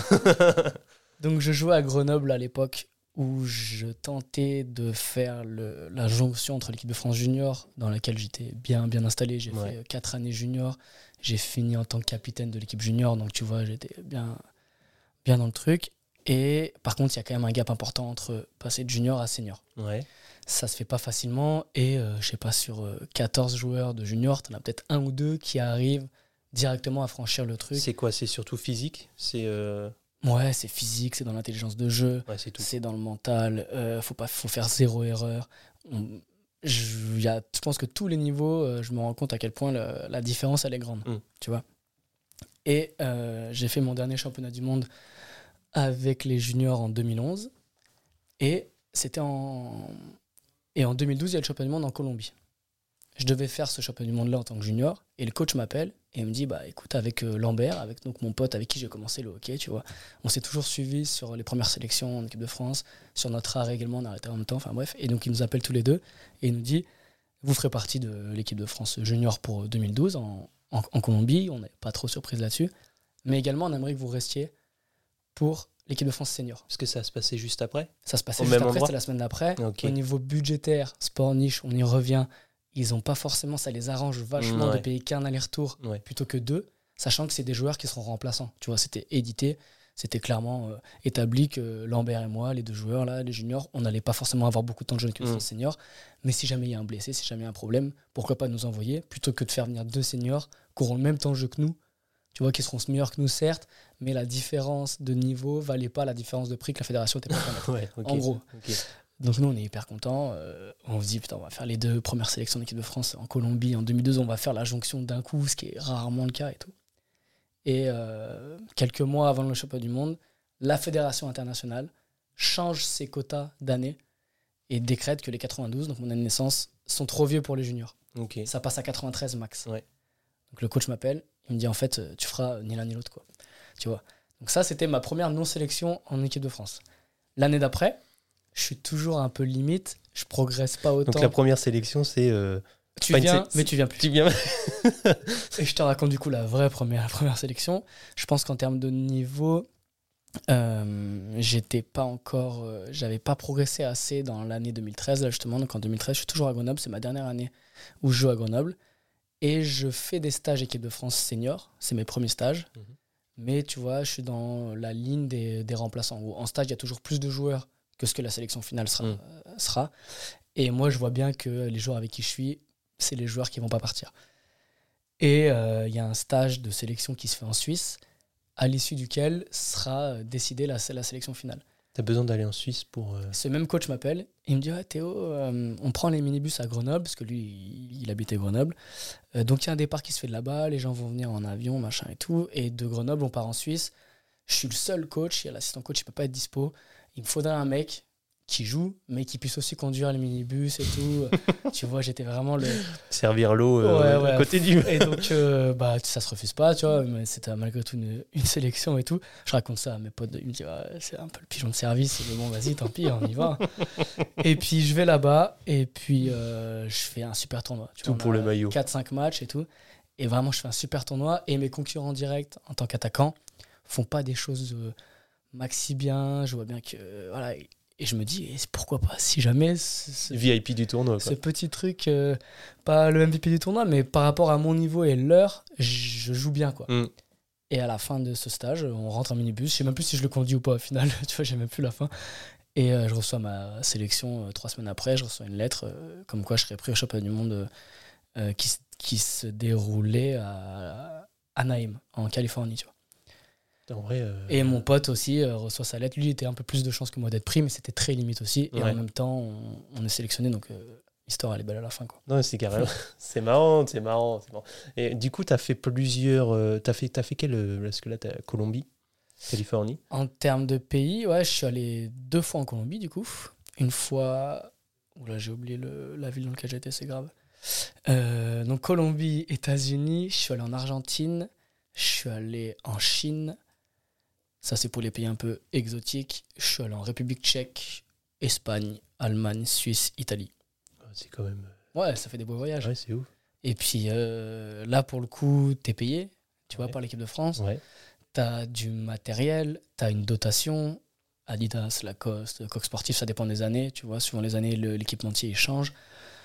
S3: Donc, je jouais à Grenoble à l'époque où je tentais de faire la jonction entre l'équipe de France junior, dans laquelle j'étais bien installé. J'ai fait 4 années junior. J'ai fini en tant que capitaine de l'équipe junior, donc tu vois, j'étais bien dans le truc. Et par contre, il y a quand même un gap important entre passer de junior à senior. Ouais. Ça se fait pas facilement. Et je sais pas, sur 14 joueurs de junior, tu en as peut-être 1 ou 2 qui arrivent directement à franchir le truc.
S2: C'est quoi? C'est surtout physique?
S3: Ouais, c'est physique, c'est dans l'intelligence de jeu, c'est dans le mental. Faut faire 0 erreur. Je pense que tous les niveaux, je me rends compte à quel point la différence, elle est grande. Tu vois. Et j'ai fait mon dernier championnat du monde avec les juniors en 2011 et en 2012 il y a le championnat du monde en Colombie. Je devais faire ce championnat du monde là en tant que junior et le coach m'appelle et il me dit écoute, avec Lambert, avec donc mon pote avec qui j'ai commencé le hockey, tu vois, on s'est toujours suivi sur les premières sélections en équipe de France, sur notre arrêt également, on a arrêté en même temps, enfin bref, et donc il nous appelle tous les deux et il nous dit vous ferez partie de l'équipe de France junior pour 2012 en Colombie. On n'est pas trop surprise là-dessus, mais également on aimerait que vous restiez pour l'équipe de France senior.
S2: Parce que ça se passait juste après?
S3: Ça se passait juste après, c'était la semaine d'après. Okay. Au niveau budgétaire, sport niche, on y revient. Ils n'ont pas forcément, ça les arrange vachement de payer qu'un aller-retour plutôt que 2, sachant que c'est des joueurs qui seront remplaçants. Tu vois, c'était édité, c'était clairement établi que Lambert et moi, les 2 joueurs, là, les juniors, on n'allait pas forcément avoir beaucoup de temps de jeu avec les seniors. Mais si jamais il y a un blessé, si jamais il y a un problème, pourquoi pas nous envoyer plutôt que de faire venir 2 seniors qui auront le même temps de jeu que nous. Tu vois, qui seront meilleurs que nous, certes, mais la différence de niveau valait pas la différence de prix que la fédération était pas permettre. En gros. Okay. Donc nous, on est hyper contents. On se dit, putain, on va faire les 2 premières sélections d'équipe de France en Colombie. En 2012, on va faire la jonction d'un coup, ce qui est rarement le cas et tout. Et quelques mois avant le championnat du monde, la fédération internationale change ses quotas d'années et décrète que les 92, donc mon année de naissance, sont trop vieux pour les juniors. Okay. Ça passe à 93 max. Ouais. Donc le coach m'appelle. Il me dit en fait tu feras ni l'un ni l'autre, quoi. Tu vois. Donc ça c'était ma première non-sélection en équipe de France. L'année d'après, je suis toujours un peu limite, je progresse pas autant.
S2: Donc la première sélection, c'est...
S3: Tu viens, mais tu viens plus.
S2: Tu viens.
S3: Et je te raconte du coup la première sélection. Je pense qu'en termes de niveau, j'étais pas encore, j'avais pas progressé assez dans l'année 2013 là justement. Donc en 2013, je suis toujours à Grenoble. C'est ma dernière année où je joue à Grenoble et je fais des stages équipe de France senior. C'est mes premiers stages. Mais tu vois, je suis dans la ligne des remplaçants. En stage, il y a toujours plus de joueurs que ce que la sélection finale sera. Et moi, je vois bien que les joueurs avec qui je suis, c'est les joueurs qui vont pas partir. Et il y a un stage de sélection qui se fait en Suisse, à l'issue duquel sera décidée la sélection finale.
S2: T'as besoin d'aller en Suisse pour...
S3: Ce même coach m'appelle, il me dit Théo, on prend les minibus à Grenoble, parce que lui, il habitait Grenoble. Donc il y a un départ qui se fait de là-bas, les gens vont venir en avion, machin et tout. Et de Grenoble, on part en Suisse. Je suis le seul coach, il y a l'assistant coach, il peut pas être dispo. Il me faudrait un mec qui joue, mais qui puisse aussi conduire les minibus et tout. Tu vois, j'étais vraiment le...
S2: Servir l'eau à côté du...
S3: Et donc, ça se refuse pas, tu vois, mais c'était malgré tout une sélection et tout. Je raconte ça à mes potes, ils me disent, c'est un peu le pigeon de service, mais bon, vas-y, tant pis, on y va. Et puis, je vais là-bas, et puis, je fais un super tournoi. Tu
S2: tout
S3: vois,
S2: pour le maillot.
S3: 4-5 matchs et tout. Et vraiment, je fais un super tournoi, et mes concurrents directs, en tant qu'attaquant, font pas des choses maxi bien. Je vois bien que, voilà... Et je me dis, pourquoi pas, si jamais...
S2: VIP du tournoi, quoi.
S3: Ce petit truc, pas le MVP du tournoi, mais par rapport à mon niveau et leur, je joue bien, quoi. Et à la fin de ce stage, on rentre en minibus. Je sais même plus si je le conduis ou pas, au final. Tu vois, j'ai même plus la fin. Et je reçois ma sélection 3 semaines après. Je reçois une lettre comme quoi je serais pris au championnat du monde qui se déroulait à Anaheim, en Californie, tu vois.
S2: En vrai,
S3: Et mon pote aussi reçoit sa lettre. Lui, il était un peu plus de chance que moi d'être pris, mais c'était très limite aussi. Et en même temps, on est sélectionné, donc l'histoire, elle est belle à la fin, quoi.
S2: Non, c'est carrément... c'est marrant. Et du coup, tu as fait plusieurs... t'as fait quel... Est-ce que là, tu as Colombie, Californie?
S3: En termes de pays, ouais, je suis allé 2 fois en Colombie, du coup. Une fois... Oula, j'ai oublié la ville dans laquelle j'étais, c'est grave. Donc Colombie, États-Unis. Je suis allé en Argentine. Je suis allé en Chine. Ça, c'est pour les pays un peu exotiques. Je suis allé en République tchèque, Espagne, Allemagne, Suisse, Italie.
S2: C'est quand même...
S3: Ouais, ça fait des beaux voyages.
S2: Ouais, c'est ouf.
S3: Et puis là, pour le coup, t'es payé, tu vois, par l'équipe de France.
S2: Ouais.
S3: T'as du matériel, t'as une dotation. Adidas, Lacoste, Coq Sportif, ça dépend des années. Tu vois, suivant les années, l'équipementier il change.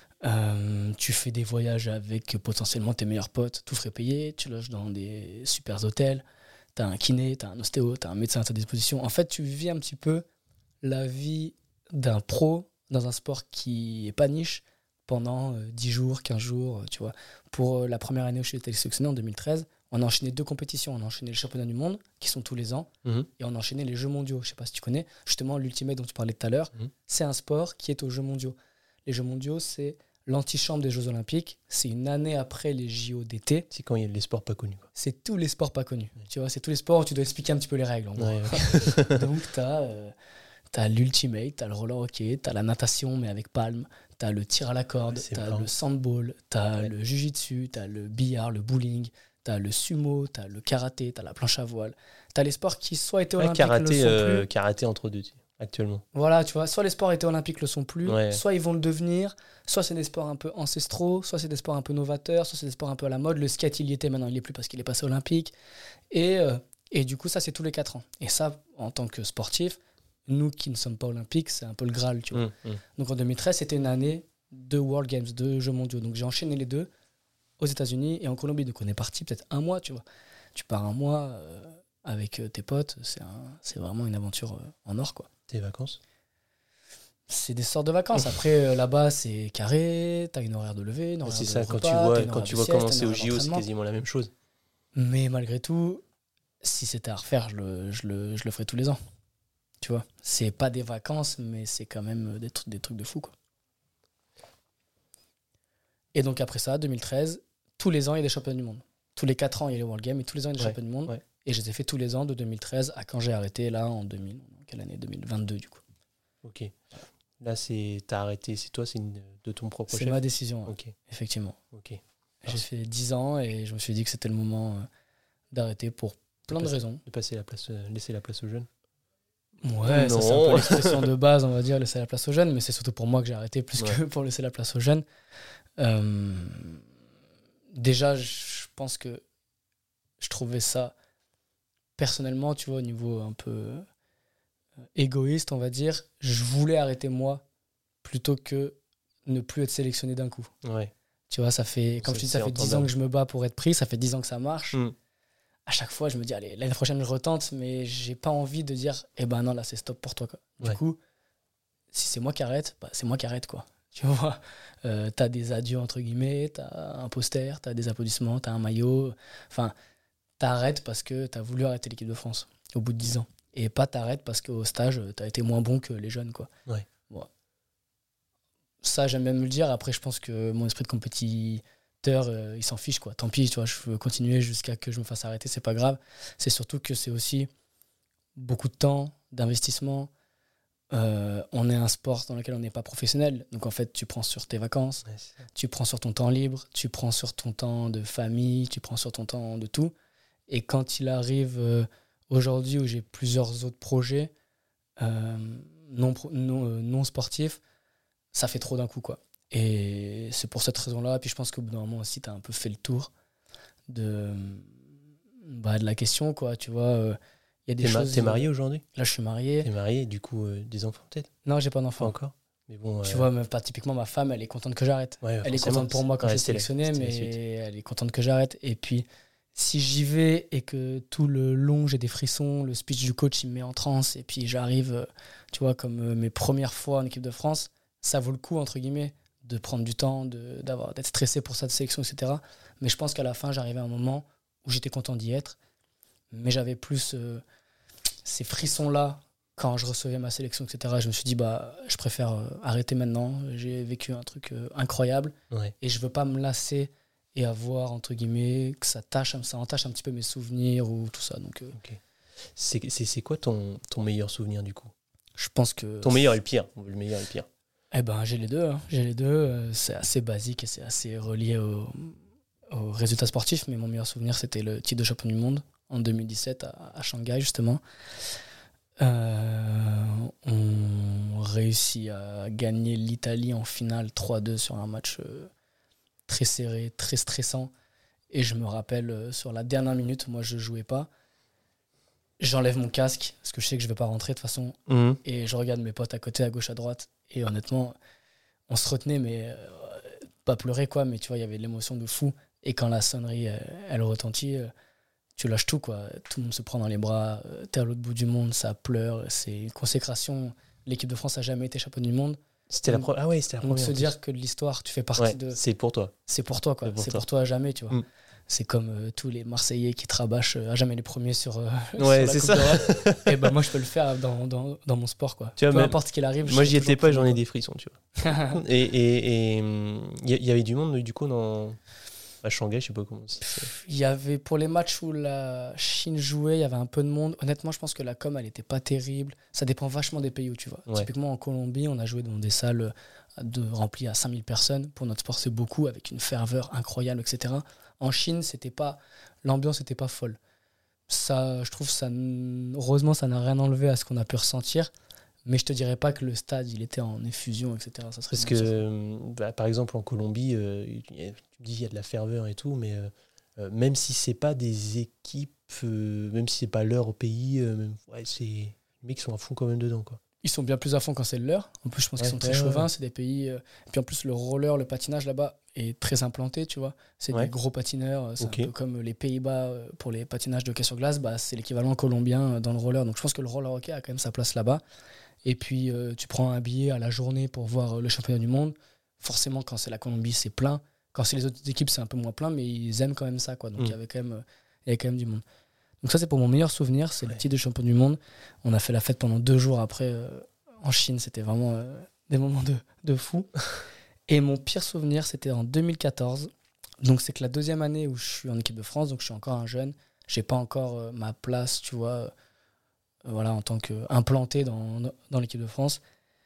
S3: Tu fais des voyages avec potentiellement tes meilleurs potes, tout frais payé. Tu loges dans des super hôtels. T'as un kiné, t'as un ostéo, t'as un médecin à ta disposition. En fait, tu vis un petit peu la vie d'un pro dans un sport qui est pas niche pendant 10 jours, 15 jours, tu vois. Pour la première année où je suis été sélectionné en 2013, on a enchaîné 2 compétitions. On a enchaîné les championnats du monde, qui sont tous les ans, et on a enchaîné les Jeux mondiaux. Je sais pas si tu connais. Justement, l'Ultimate dont tu parlais tout à l'heure, c'est un sport qui est aux Jeux mondiaux. Les Jeux mondiaux, c'est l'antichambre des Jeux Olympiques, c'est une année après les JO d'été.
S2: C'est quand il y a les sports pas connus, quoi.
S3: C'est tous les sports pas connus. Tu vois, c'est tous les sports où tu dois expliquer un petit peu les règles. En gros. Donc, t'as l'ultimate, t'as le roller hockey, t'as la natation, mais avec palme, t'as le tir à la corde, t'as le sandball, t'as le jujitsu, t'as le billard, le bowling, t'as le sumo, t'as le karaté, t'as la planche à voile. T'as les sports qui soit étaient olympiques,
S2: karaté,
S3: le sont plus.
S2: Karaté entre deux, actuellement.
S3: Voilà, tu vois, soit les sports étaient olympiques le sont plus, soit ils vont le devenir, soit c'est des sports un peu ancestraux, soit c'est des sports un peu novateurs, soit c'est des sports un peu à la mode. Le skate, il y était, maintenant il n'y est plus parce qu'il est passé olympique. Et du coup, ça, c'est tous les 4 ans. Et ça, en tant que sportif, nous qui ne sommes pas olympiques, c'est un peu le Graal, tu vois. Donc en 2013, c'était une année de World Games, de Jeux mondiaux. Donc j'ai enchaîné les 2 aux États-Unis et en Colombie. Donc on est parti peut-être 1 mois, tu vois. Tu pars 1 mois avec tes potes, c'est vraiment une aventure en or, quoi.
S2: Tes vacances?
S3: C'est des sortes de vacances. Après, là-bas, c'est carré, t'as une horaire de lever, une horaire
S2: c'est
S3: de
S2: ça,
S3: repas,
S2: quand tu vois commencer au JO, c'est quasiment la même chose.
S3: Mais malgré tout, si c'était à refaire, je le ferais tous les ans. Tu vois, c'est pas des vacances, mais c'est quand même des trucs de fou, quoi. Et donc après ça, 2013, tous les ans, il y a des championnats du monde. Tous les 4 ans, il y a les World Games, et tous les ans, il y a des championnats du monde. Ouais. Et je les ai fait tous les ans de 2013 à quand j'ai arrêté, là, en 2000. Quelle année? 2022, du coup.
S2: Ok. Là, t'as arrêté, c'est toi, c'est de ton propre chef?
S3: C'est ma décision,
S2: okay.
S3: Effectivement.
S2: Ok.
S3: J'ai fait 10 ans et je me suis dit que c'était le moment d'arrêter pour plein de raisons.
S2: De laisser la place aux jeunes?
S3: Ouais, ça c'est un peu l'expression de base, on va dire, laisser la place aux jeunes, mais c'est surtout pour moi que j'ai arrêté plus que pour laisser la place aux jeunes. Déjà, je pense que je trouvais ça, personnellement, tu vois, au niveau un peu égoïste, on va dire, je voulais arrêter moi plutôt que ne plus être sélectionné d'un coup.
S2: Ouais.
S3: Tu vois, ça fait, comme je te dis, ça fait 10 ans que je me bats pour être pris, ça fait 10 ans que ça marche. À chaque fois, je me dis, allez, l'année prochaine, je retente, mais j'ai pas envie de dire, eh ben non, là, c'est stop pour toi, quoi. Du coup, si c'est moi qui arrête, bah, c'est moi qui arrête, quoi. Tu vois, t'as des adieux, entre guillemets, t'as un poster, t'as des applaudissements, t'as un maillot. Enfin, t'arrêtes parce que t'as voulu arrêter l'équipe de France au bout de 10 ans. Et pas t'arrêtes parce qu'au stage, t'as été moins bon que les jeunes, quoi.
S2: Ouais.
S3: Bon. Ça, j'aime bien me le dire. Après, je pense que mon esprit de compétiteur, il s'en fiche, quoi. Tant pis, tu vois, je veux continuer jusqu'à que je me fasse arrêter, c'est pas grave. C'est surtout que c'est aussi beaucoup de temps, d'investissement. On est un sport dans lequel on n'est pas professionnel. Donc, en fait, tu prends sur tes vacances, tu prends sur ton temps libre, tu prends sur ton temps de famille, tu prends sur ton temps de tout. Et quand il arrive aujourd'hui où j'ai plusieurs autres projets non sportifs, ça fait trop d'un coup, quoi. Et c'est pour cette raison-là. Puis je pense qu'au bout d'un moment aussi, tu as un peu fait le tour de la question, quoi. Tu vois, y a des choses.
S2: T'es marié aujourd'hui ?
S3: Là, je suis marié.
S2: T'es marié, du coup, des enfants peut-être ?
S3: Non, j'ai pas d'enfants.
S2: Pas encore. Mais bon,
S3: tu vois, même pas typiquement, ma femme, elle est contente que j'arrête.
S2: Ouais,
S3: elle est contente pour moi quand je suis sélectionné, mais elle est contente que j'arrête. Et puis, si j'y vais et que tout le long, j'ai des frissons, le speech du coach, il me met en transe, et puis j'arrive, tu vois, comme mes premières fois en équipe de France, ça vaut le coup, entre guillemets, de prendre du temps, d'être stressé pour cette sélection, etc. Mais je pense qu'à la fin, j'arrivais à un moment où j'étais content d'y être, mais j'avais plus ces frissons-là quand je recevais ma sélection, etc. Je me suis dit, je préfère arrêter maintenant. J'ai vécu un truc incroyable et je veux pas me lasser et avoir, entre guillemets, que ça entache un petit peu mes souvenirs ou tout ça. Donc,
S2: okay. C'est quoi ton meilleur souvenir, du coup ?
S3: Je pense que...
S2: Ton meilleur et le pire. Le meilleur et le pire.
S3: Eh ben, j'ai les deux. Hein. J'ai les deux. C'est assez basique et c'est assez relié aux résultats sportifs. Mais mon meilleur souvenir, c'était le titre de champion du monde en 2017 à Shanghai, justement. On réussit à gagner l'Italie en finale 3-2 sur un match très serré, très stressant. Et je me rappelle, sur la dernière minute, moi, je jouais pas. J'enlève mon casque, parce que je sais que je vais pas rentrer de toute façon. Et je regarde mes potes à côté, à gauche, à droite. Et honnêtement, on se retenait, mais pas pleurer, quoi. Mais tu vois, il y avait de l'émotion de fou. Et quand la sonnerie, elle retentit, tu lâches tout, quoi. Tout le monde se prend dans les bras. T'es à l'autre bout du monde, ça pleure. C'est une consécration. L'équipe de France n'a jamais été championne du monde.
S2: C'était la première. Ah ouais, c'était la première.
S3: Donc se dire que de l'histoire, tu fais partie de...
S2: C'est pour toi.
S3: C'est pour toi, quoi. C'est pour toi à jamais, tu vois. C'est comme tous les Marseillais qui te rabâchent à jamais les premiers sur la Coupe d'Europe. Et ben moi, je peux le faire dans mon sport, quoi.
S2: Tu vois,
S3: peu importe ce qu'il arrive.
S2: Moi, j'y étais pas, j'en ai des frissons, tu vois. Et il y avait du monde, du coup, à Shanghai, je sais pas comment c'est.
S3: Il y avait, pour les matchs où la Chine jouait, il y avait un peu de monde. Honnêtement, je pense que la com, elle était pas terrible. Ça dépend vachement des pays où tu vas. Typiquement, en Colombie, on a joué dans des salles remplies à 5000 personnes. Pour notre sport, c'est beaucoup, avec une ferveur incroyable, etc. En Chine, l'ambiance n'était pas folle. Ça, je trouve, heureusement, ça n'a rien enlevé à ce qu'on a pu ressentir. Mais je te dirais pas que le stade, il était en effusion, etc. Ça serait
S2: parce que, par exemple, en Colombie, tu me dis il y a de la ferveur et tout, mais même si c'est pas des équipes, même si c'est pas leur pays, les mecs sont à fond quand même dedans, quoi.
S3: Ils sont bien plus à fond quand c'est le leur. En plus, je pense qu'ils sont très chauvins. C'est des pays... Et puis en plus, le roller, le patinage là-bas est très implanté, tu vois. C'est des gros patineurs. C'est un peu comme les Pays-Bas pour les patinages de hockey sur glace. C'est l'équivalent colombien dans le roller. Donc je pense que le roller hockey a quand même sa place là-bas. Et puis, tu prends un billet à la journée pour voir le championnat du monde. Forcément, quand c'est la Colombie, c'est plein. Quand c'est les autres équipes, c'est un peu moins plein, mais ils aiment quand même ça, quoi. Donc il y avait quand même du monde. Donc ça, c'est pour mon meilleur souvenir, c'est le titre de champion du monde. On a fait la fête pendant 2 jours après en Chine, c'était vraiment des moments de fou. Et mon pire souvenir, c'était en 2014. Donc c'est que la 2e année où je suis en équipe de France, donc je suis encore un jeune. J'ai pas encore ma place, tu vois, en tant qu'implanté dans l'équipe de France.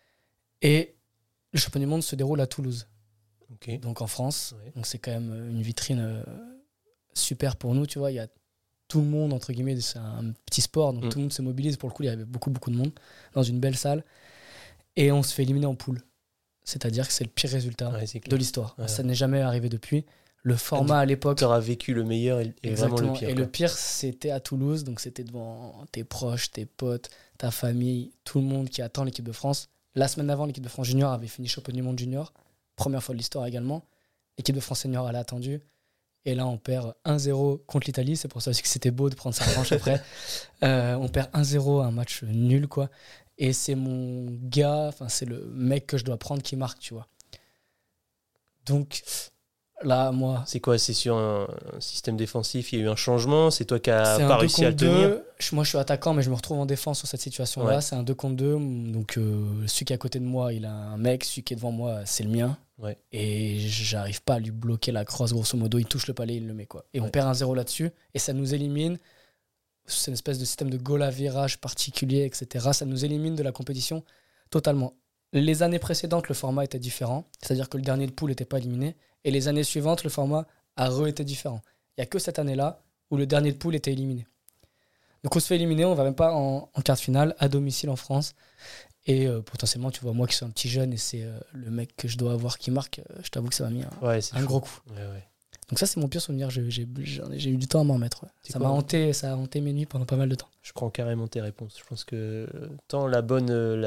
S3: Et le championnat du monde se déroule à Toulouse, donc en France. Donc c'est quand même une vitrine super pour nous, tu vois. Il y a tout le monde, entre guillemets, c'est un petit sport, donc tout le monde se mobilise. Pour le coup, il y avait beaucoup de monde dans une belle salle. Et on se fait éliminer en poule. C'est-à-dire que c'est le pire résultat de l'histoire. Ouais. Ça n'est jamais arrivé depuis. Le format à l'époque...
S2: Tu auras vécu le meilleur et vraiment le pire.
S3: Et le pire, c'était à Toulouse, donc c'était devant tes proches, tes potes, ta famille, tout le monde qui attend l'équipe de France. La semaine avant, l'équipe de France junior avait fini champion du monde junior. Première fois de l'histoire également. L'équipe de France senior, elle a attendu. Et là, on perd 1-0 contre l'Italie. C'est pour ça aussi que c'était beau de prendre sa revanche après. On perd 1-0, un match nul, quoi. Et c'est mon gars, c'est le mec que je dois prendre qui marque, tu vois. Donc, là, moi...
S2: C'est quoi? C'est sur un système défensif, il y a eu un changement? C'est toi qui n'as pas réussi à le tenir?
S3: Moi, je suis attaquant, mais je me retrouve en défense sur cette situation-là.
S2: Ouais.
S3: C'est un 2 contre 2. Donc, celui qui est à côté de moi, il a un mec. Celui qui est devant moi, c'est le mien.
S2: Ouais.
S3: Et j'arrive pas à lui bloquer la crosse, grosso modo. Il touche le palais, il le met, quoi. Et on perd 1-0 là-dessus. Et ça nous élimine. C'est une espèce de système de goal à virage particulier, etc. Ça nous élimine de la compétition totalement. Les années précédentes, le format était différent. C'est-à-dire que le dernier de poule n'était pas éliminé. Et les années suivantes, le format a été différent. Il n'y a que cette année-là où le dernier de poule était éliminé. Donc on se fait éliminer, on ne va même pas en quart de finale, à domicile en France. Et potentiellement, tu vois, moi qui suis un petit jeune et c'est le mec que je dois avoir qui marque, je t'avoue que ça m'a mis un gros coup.
S2: Ouais.
S3: Donc ça, c'est mon pire souvenir. J'ai eu du temps à m'en remettre. Ouais. Ça a hanté mes nuits pendant pas mal de temps.
S2: Je prends carrément tes réponses. Je pense que tant la bonne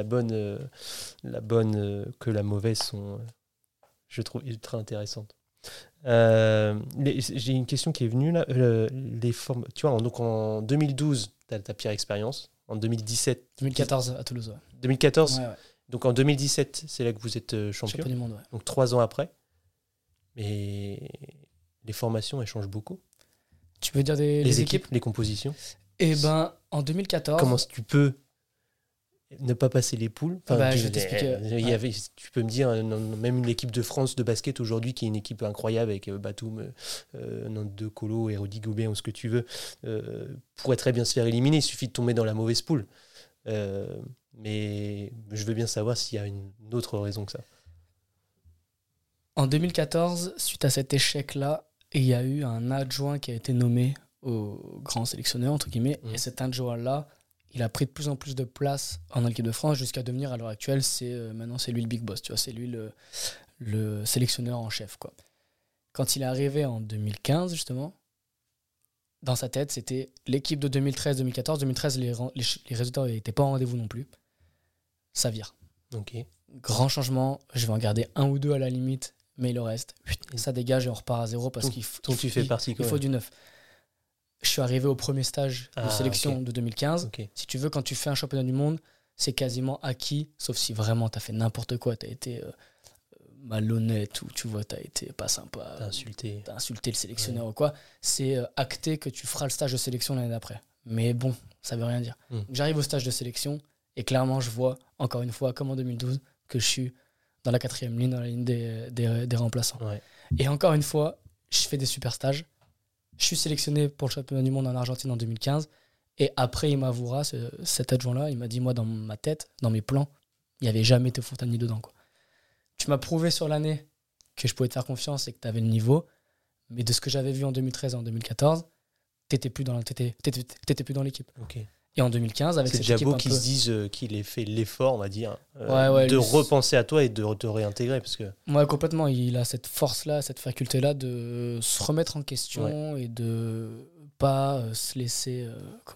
S2: que la mauvaise sont, je trouve, ultra intéressantes. J'ai une question qui est venue là. Tu vois, donc en 2012, tu as ta pire expérience. En
S3: 2014 à Toulouse. Ouais.
S2: 2014
S3: Ouais.
S2: Donc en 2017, c'est là que vous êtes champion
S3: du monde. Ouais.
S2: Donc 3 ans après. Mais les formations, elles changent beaucoup.
S3: Tu veux dire les équipes,
S2: les compositions?
S3: Eh ben, en 2014...
S2: Comment tu peux ne pas passer les poules?
S3: Je vais t'expliquer.
S2: Tu peux me dire, même l'équipe de France de basket aujourd'hui, qui est une équipe incroyable avec Batum, Nando Colo et Rudy Gobert ou ce que tu veux, pourrait très bien se faire éliminer. Il suffit de tomber dans la mauvaise poule. Mais je veux bien savoir s'il y a une autre raison que ça.
S3: En 2014, suite à cet échec-là, il y a eu un adjoint qui a été nommé au grand sélectionneur, entre guillemets, et cet adjoint-là, il a pris de plus en plus de place en équipe de France jusqu'à devenir, à l'heure actuelle, maintenant c'est lui le big boss, tu vois, c'est lui le sélectionneur en chef, quoi. Quand il est arrivé en 2015, justement, dans sa tête, c'était l'équipe de 2013-2014. 2013, les résultats n'étaient pas au rendez-vous non plus. Ça vire.
S2: Ok.
S3: Grand changement, je vais en garder un ou deux à la limite, mais le reste, ça dégage et on repart à zéro parce qu'il faut du neuf. Je suis arrivé au premier stage de sélection de 2015. Okay. Si tu veux, quand tu fais un championnat du monde, c'est quasiment acquis, sauf si vraiment tu as fait n'importe quoi, tu as été malhonnête ou tu vois, tu as été pas sympa.
S2: T'as insulté
S3: le sélectionneur ou quoi. C'est acté que tu feras le stage de sélection l'année d'après. Mais bon, ça veut rien dire. Donc, j'arrive au stage de sélection et clairement, je vois, encore une fois, comme en 2012, que je suis dans la 4e ligne, dans la ligne des remplaçants. Ouais. Et encore une fois, je fais des super stages. Je suis sélectionné pour le championnat du monde en Argentine en 2015. Et après, il m'avouera, cet adjoint-là, il m'a dit, moi, dans ma tête, dans mes plans, il n'y avait jamais Théo Fontanier dedans, quoi. Tu m'as prouvé sur l'année que je pouvais te faire confiance et que tu avais le niveau. Mais de ce que j'avais vu en 2013 et en 2014, t'étais plus dans l'équipe.
S2: Okay.
S3: Et en 2015, avec cette équipe...
S2: C'est déjà beau qu'ils se disent qu'il ait fait l'effort, on va dire, de repenser à toi et de te réintégrer. Parce que...
S3: Ouais, complètement. Il a cette force-là, cette faculté-là de se remettre en question et de pas se laisser,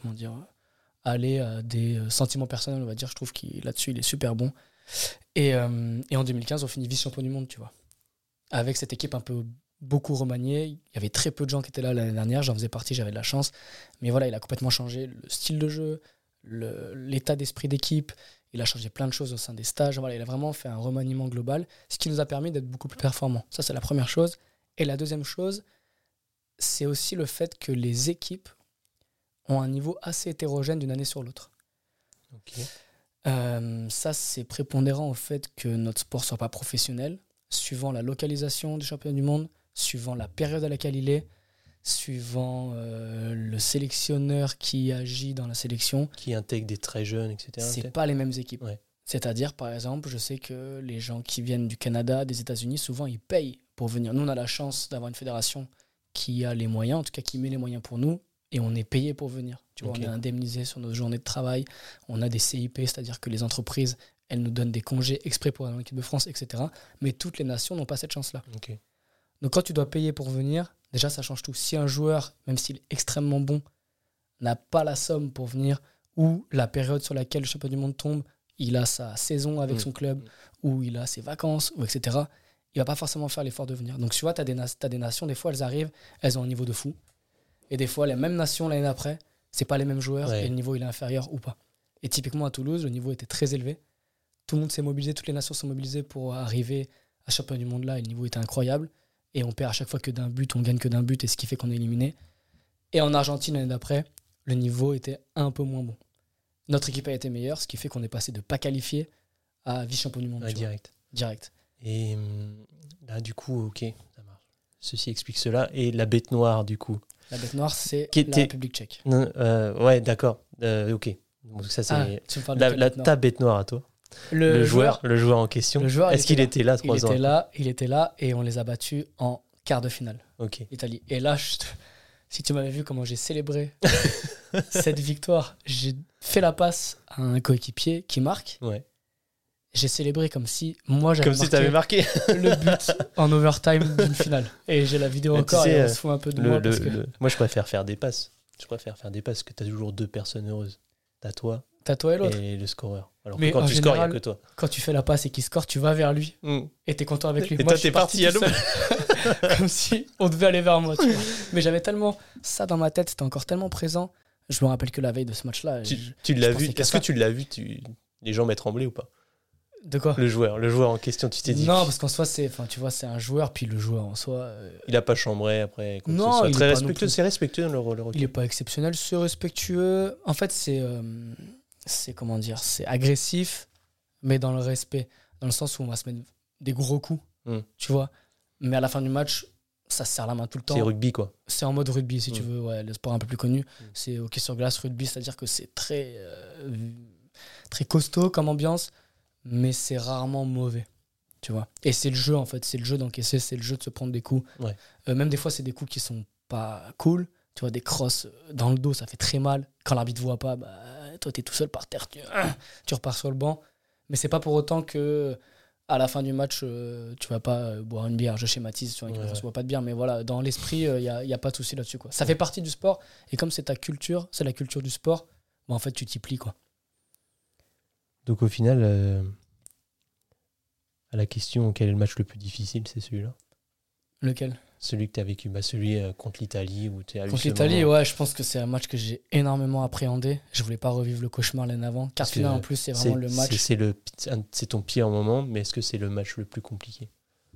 S3: aller à des sentiments personnels, on va dire. Je trouve qu'il là-dessus, il est super bon. Et en 2015, on finit vice-champion du monde, tu vois. Avec cette équipe un peu beaucoup remaniée. Il y avait très peu de gens qui étaient là l'année dernière. J'en faisais partie, j'avais de la chance. Mais voilà, il a complètement changé le style de jeu, l'état d'esprit d'équipe. Il a changé plein de choses au sein des stages. Voilà, il a vraiment fait un remaniement global, ce qui nous a permis d'être beaucoup plus performants. Ça, c'est la première chose. Et la deuxième chose, c'est aussi le fait que les équipes ont un niveau assez hétérogène d'une année sur l'autre.
S2: Okay.
S3: Ça, c'est prépondérant au fait que notre sport ne soit pas professionnel, suivant la localisation du championnat du monde, suivant la période à laquelle il est, suivant le sélectionneur qui agit dans la sélection.
S2: Qui intègre des très jeunes, etc.
S3: C'est pas les mêmes équipes. Ouais. C'est-à-dire, par exemple, je sais que les gens qui viennent du Canada, des États-Unis, souvent, ils payent pour venir. Nous, on a la chance d'avoir une fédération qui a les moyens, en tout cas qui met les moyens pour nous. et on est payé pour venir. Tu vois,
S2: Ok.
S3: on est indemnisé sur nos journées de travail, on a des CIP, c'est-à-dire que les entreprises, elles nous donnent des congés exprès pour aller en équipe de France, etc. Mais toutes les nations n'ont pas cette chance-là.
S2: Ok.
S3: Donc quand tu dois payer pour venir, déjà ça change tout. Si un joueur, même s'il est extrêmement bon, n'a pas la somme pour venir, ou la période sur laquelle le championnat du monde tombe, il a sa saison avec son club, ou il a ses vacances, ou etc., il va pas forcément faire l'effort de venir. Donc tu vois, tu as des nations, des fois elles arrivent, elles ont un niveau de fou. Et des fois, les mêmes nations l'année d'après, c'est pas les mêmes joueurs,
S2: Ouais.
S3: et le niveau il est inférieur ou pas. Et typiquement à Toulouse, le niveau était très élevé. Tout le monde s'est mobilisé, toutes les nations sont mobilisées pour arriver à championnat du monde là, et le niveau était incroyable. Et on perd à chaque fois que d'un but, on gagne que d'un but, et ce qui fait qu'on est éliminé. Et en Argentine, l'année d'après, le niveau était un peu moins bon. Notre équipe a été meilleure, ce qui fait qu'on est passé de pas qualifié à vice-champion du monde.
S2: Ouais,
S3: tu vois.
S2: direct.
S3: Direct.
S2: Et là, du coup, ok, ça marche. Ceci explique cela. Et la bête noire, du coup.
S3: La bête noire, c'est
S2: Qui
S3: la
S2: était-
S3: République tchèque.
S2: Non, ouais, d'accord. Ok. Donc ça, c'est
S3: Ah, tu me parles de quelle bête noire
S2: ta bête noire à toi.
S3: Le joueur,
S2: Le joueur en question.
S3: Le joueur,
S2: Est-ce qu'il était là 3 ans
S3: il était là, et on les a battus en quart de finale,
S2: Ok.
S3: l'Italie. Et là, si tu m'avais vu comment j'ai célébré cette victoire, j'ai fait la passe à un coéquipier qui marque.
S2: Ouais.
S3: J'ai célébré comme si moi j'avais
S2: Comme si tu avais marqué.
S3: le but en overtime d'une finale. Et j'ai la vidéo
S2: Mais tu
S3: encore,
S2: sais,
S3: et on se fout un peu de moi parce que
S2: Moi, je préfère faire des passes. Parce que tu as toujours 2 personnes heureuses. T'as toi
S3: t'as toi et l'autre.
S2: et le scoreur. Alors
S3: Mais
S2: que quand
S3: en
S2: tu scores, il n'y a
S3: général,
S2: que toi.
S3: Quand tu fais la passe et qu'il score, tu vas vers lui et t'es content avec lui.
S2: Et
S3: Moi,
S2: toi,
S3: je suis
S2: t'es parti à
S3: tout seul. Comme si on devait aller vers moi. Tu vois. Mais j'avais tellement ça dans ma tête, c'était encore tellement présent. Je me rappelle que la veille de ce match-là.
S2: Tu l'as
S3: je
S2: vu.
S3: pensais qu'à
S2: Est-ce que
S3: ça.
S2: tu l'as vu les gens m'être tremblé ou pas?
S3: De quoi?
S2: Le joueur en question, tu t'es dit.
S3: Non, parce qu'en soi, tu vois, c'est un joueur, puis le joueur en soi,
S2: Il a pas chambré après. quoi que
S3: Non,
S2: ce soit.
S3: il est
S2: Très
S3: pas non
S2: respectueux.
S3: plus.
S2: C'est respectueux dans le hockey.
S3: il est pas exceptionnel, c'est respectueux. En fait, c'est comment dire, c'est agressif, mais dans le respect, dans le sens où on va se mettre des gros coups, tu vois. Mais à la fin du match, ça se serre la main tout le temps.
S2: C'est rugby, quoi.
S3: C'est en mode rugby, si tu veux, ouais, le sport un peu plus connu. C'est hockey sur glace, rugby, c'est-à-dire que c'est très, très costaud comme ambiance, mais c'est rarement mauvais, tu vois. Et c'est le jeu, en fait, c'est le jeu d'encaisser, c'est le jeu de se prendre des coups.
S2: Ouais.
S3: Même des fois, c'est des coups qui sont pas cool. Tu vois, des crosses dans le dos, ça fait très mal. Quand l'arbitre voit pas, bah, toi, t'es tout seul par terre, tu repars sur le banc. Mais c'est pas pour autant que à la fin du match, tu vas pas boire une bière. Je schématise, tu vois, on se boit pas de bière, mais voilà, dans l'esprit, il y a pas de souci là-dessus, quoi. Ça fait partie du sport, et comme c'est ta culture, c'est la culture du sport, bah, en fait, tu t'y plies, quoi.
S2: Donc au final, à la question quel est le match le plus difficile, c'est celui-là.
S3: Lequel?
S2: Celui que tu as vécu, celui contre l'Italie où tu as eu
S3: Contre
S2: ce
S3: l'Italie,
S2: moment.
S3: ouais, je pense que c'est un match que j'ai énormément appréhendé. Je voulais pas revivre le cauchemar l'année avant. Quart
S2: Parce que
S3: finale en plus, c'est vraiment le match.
S2: C'est ton pire moment, mais est-ce que c'est le match le plus compliqué?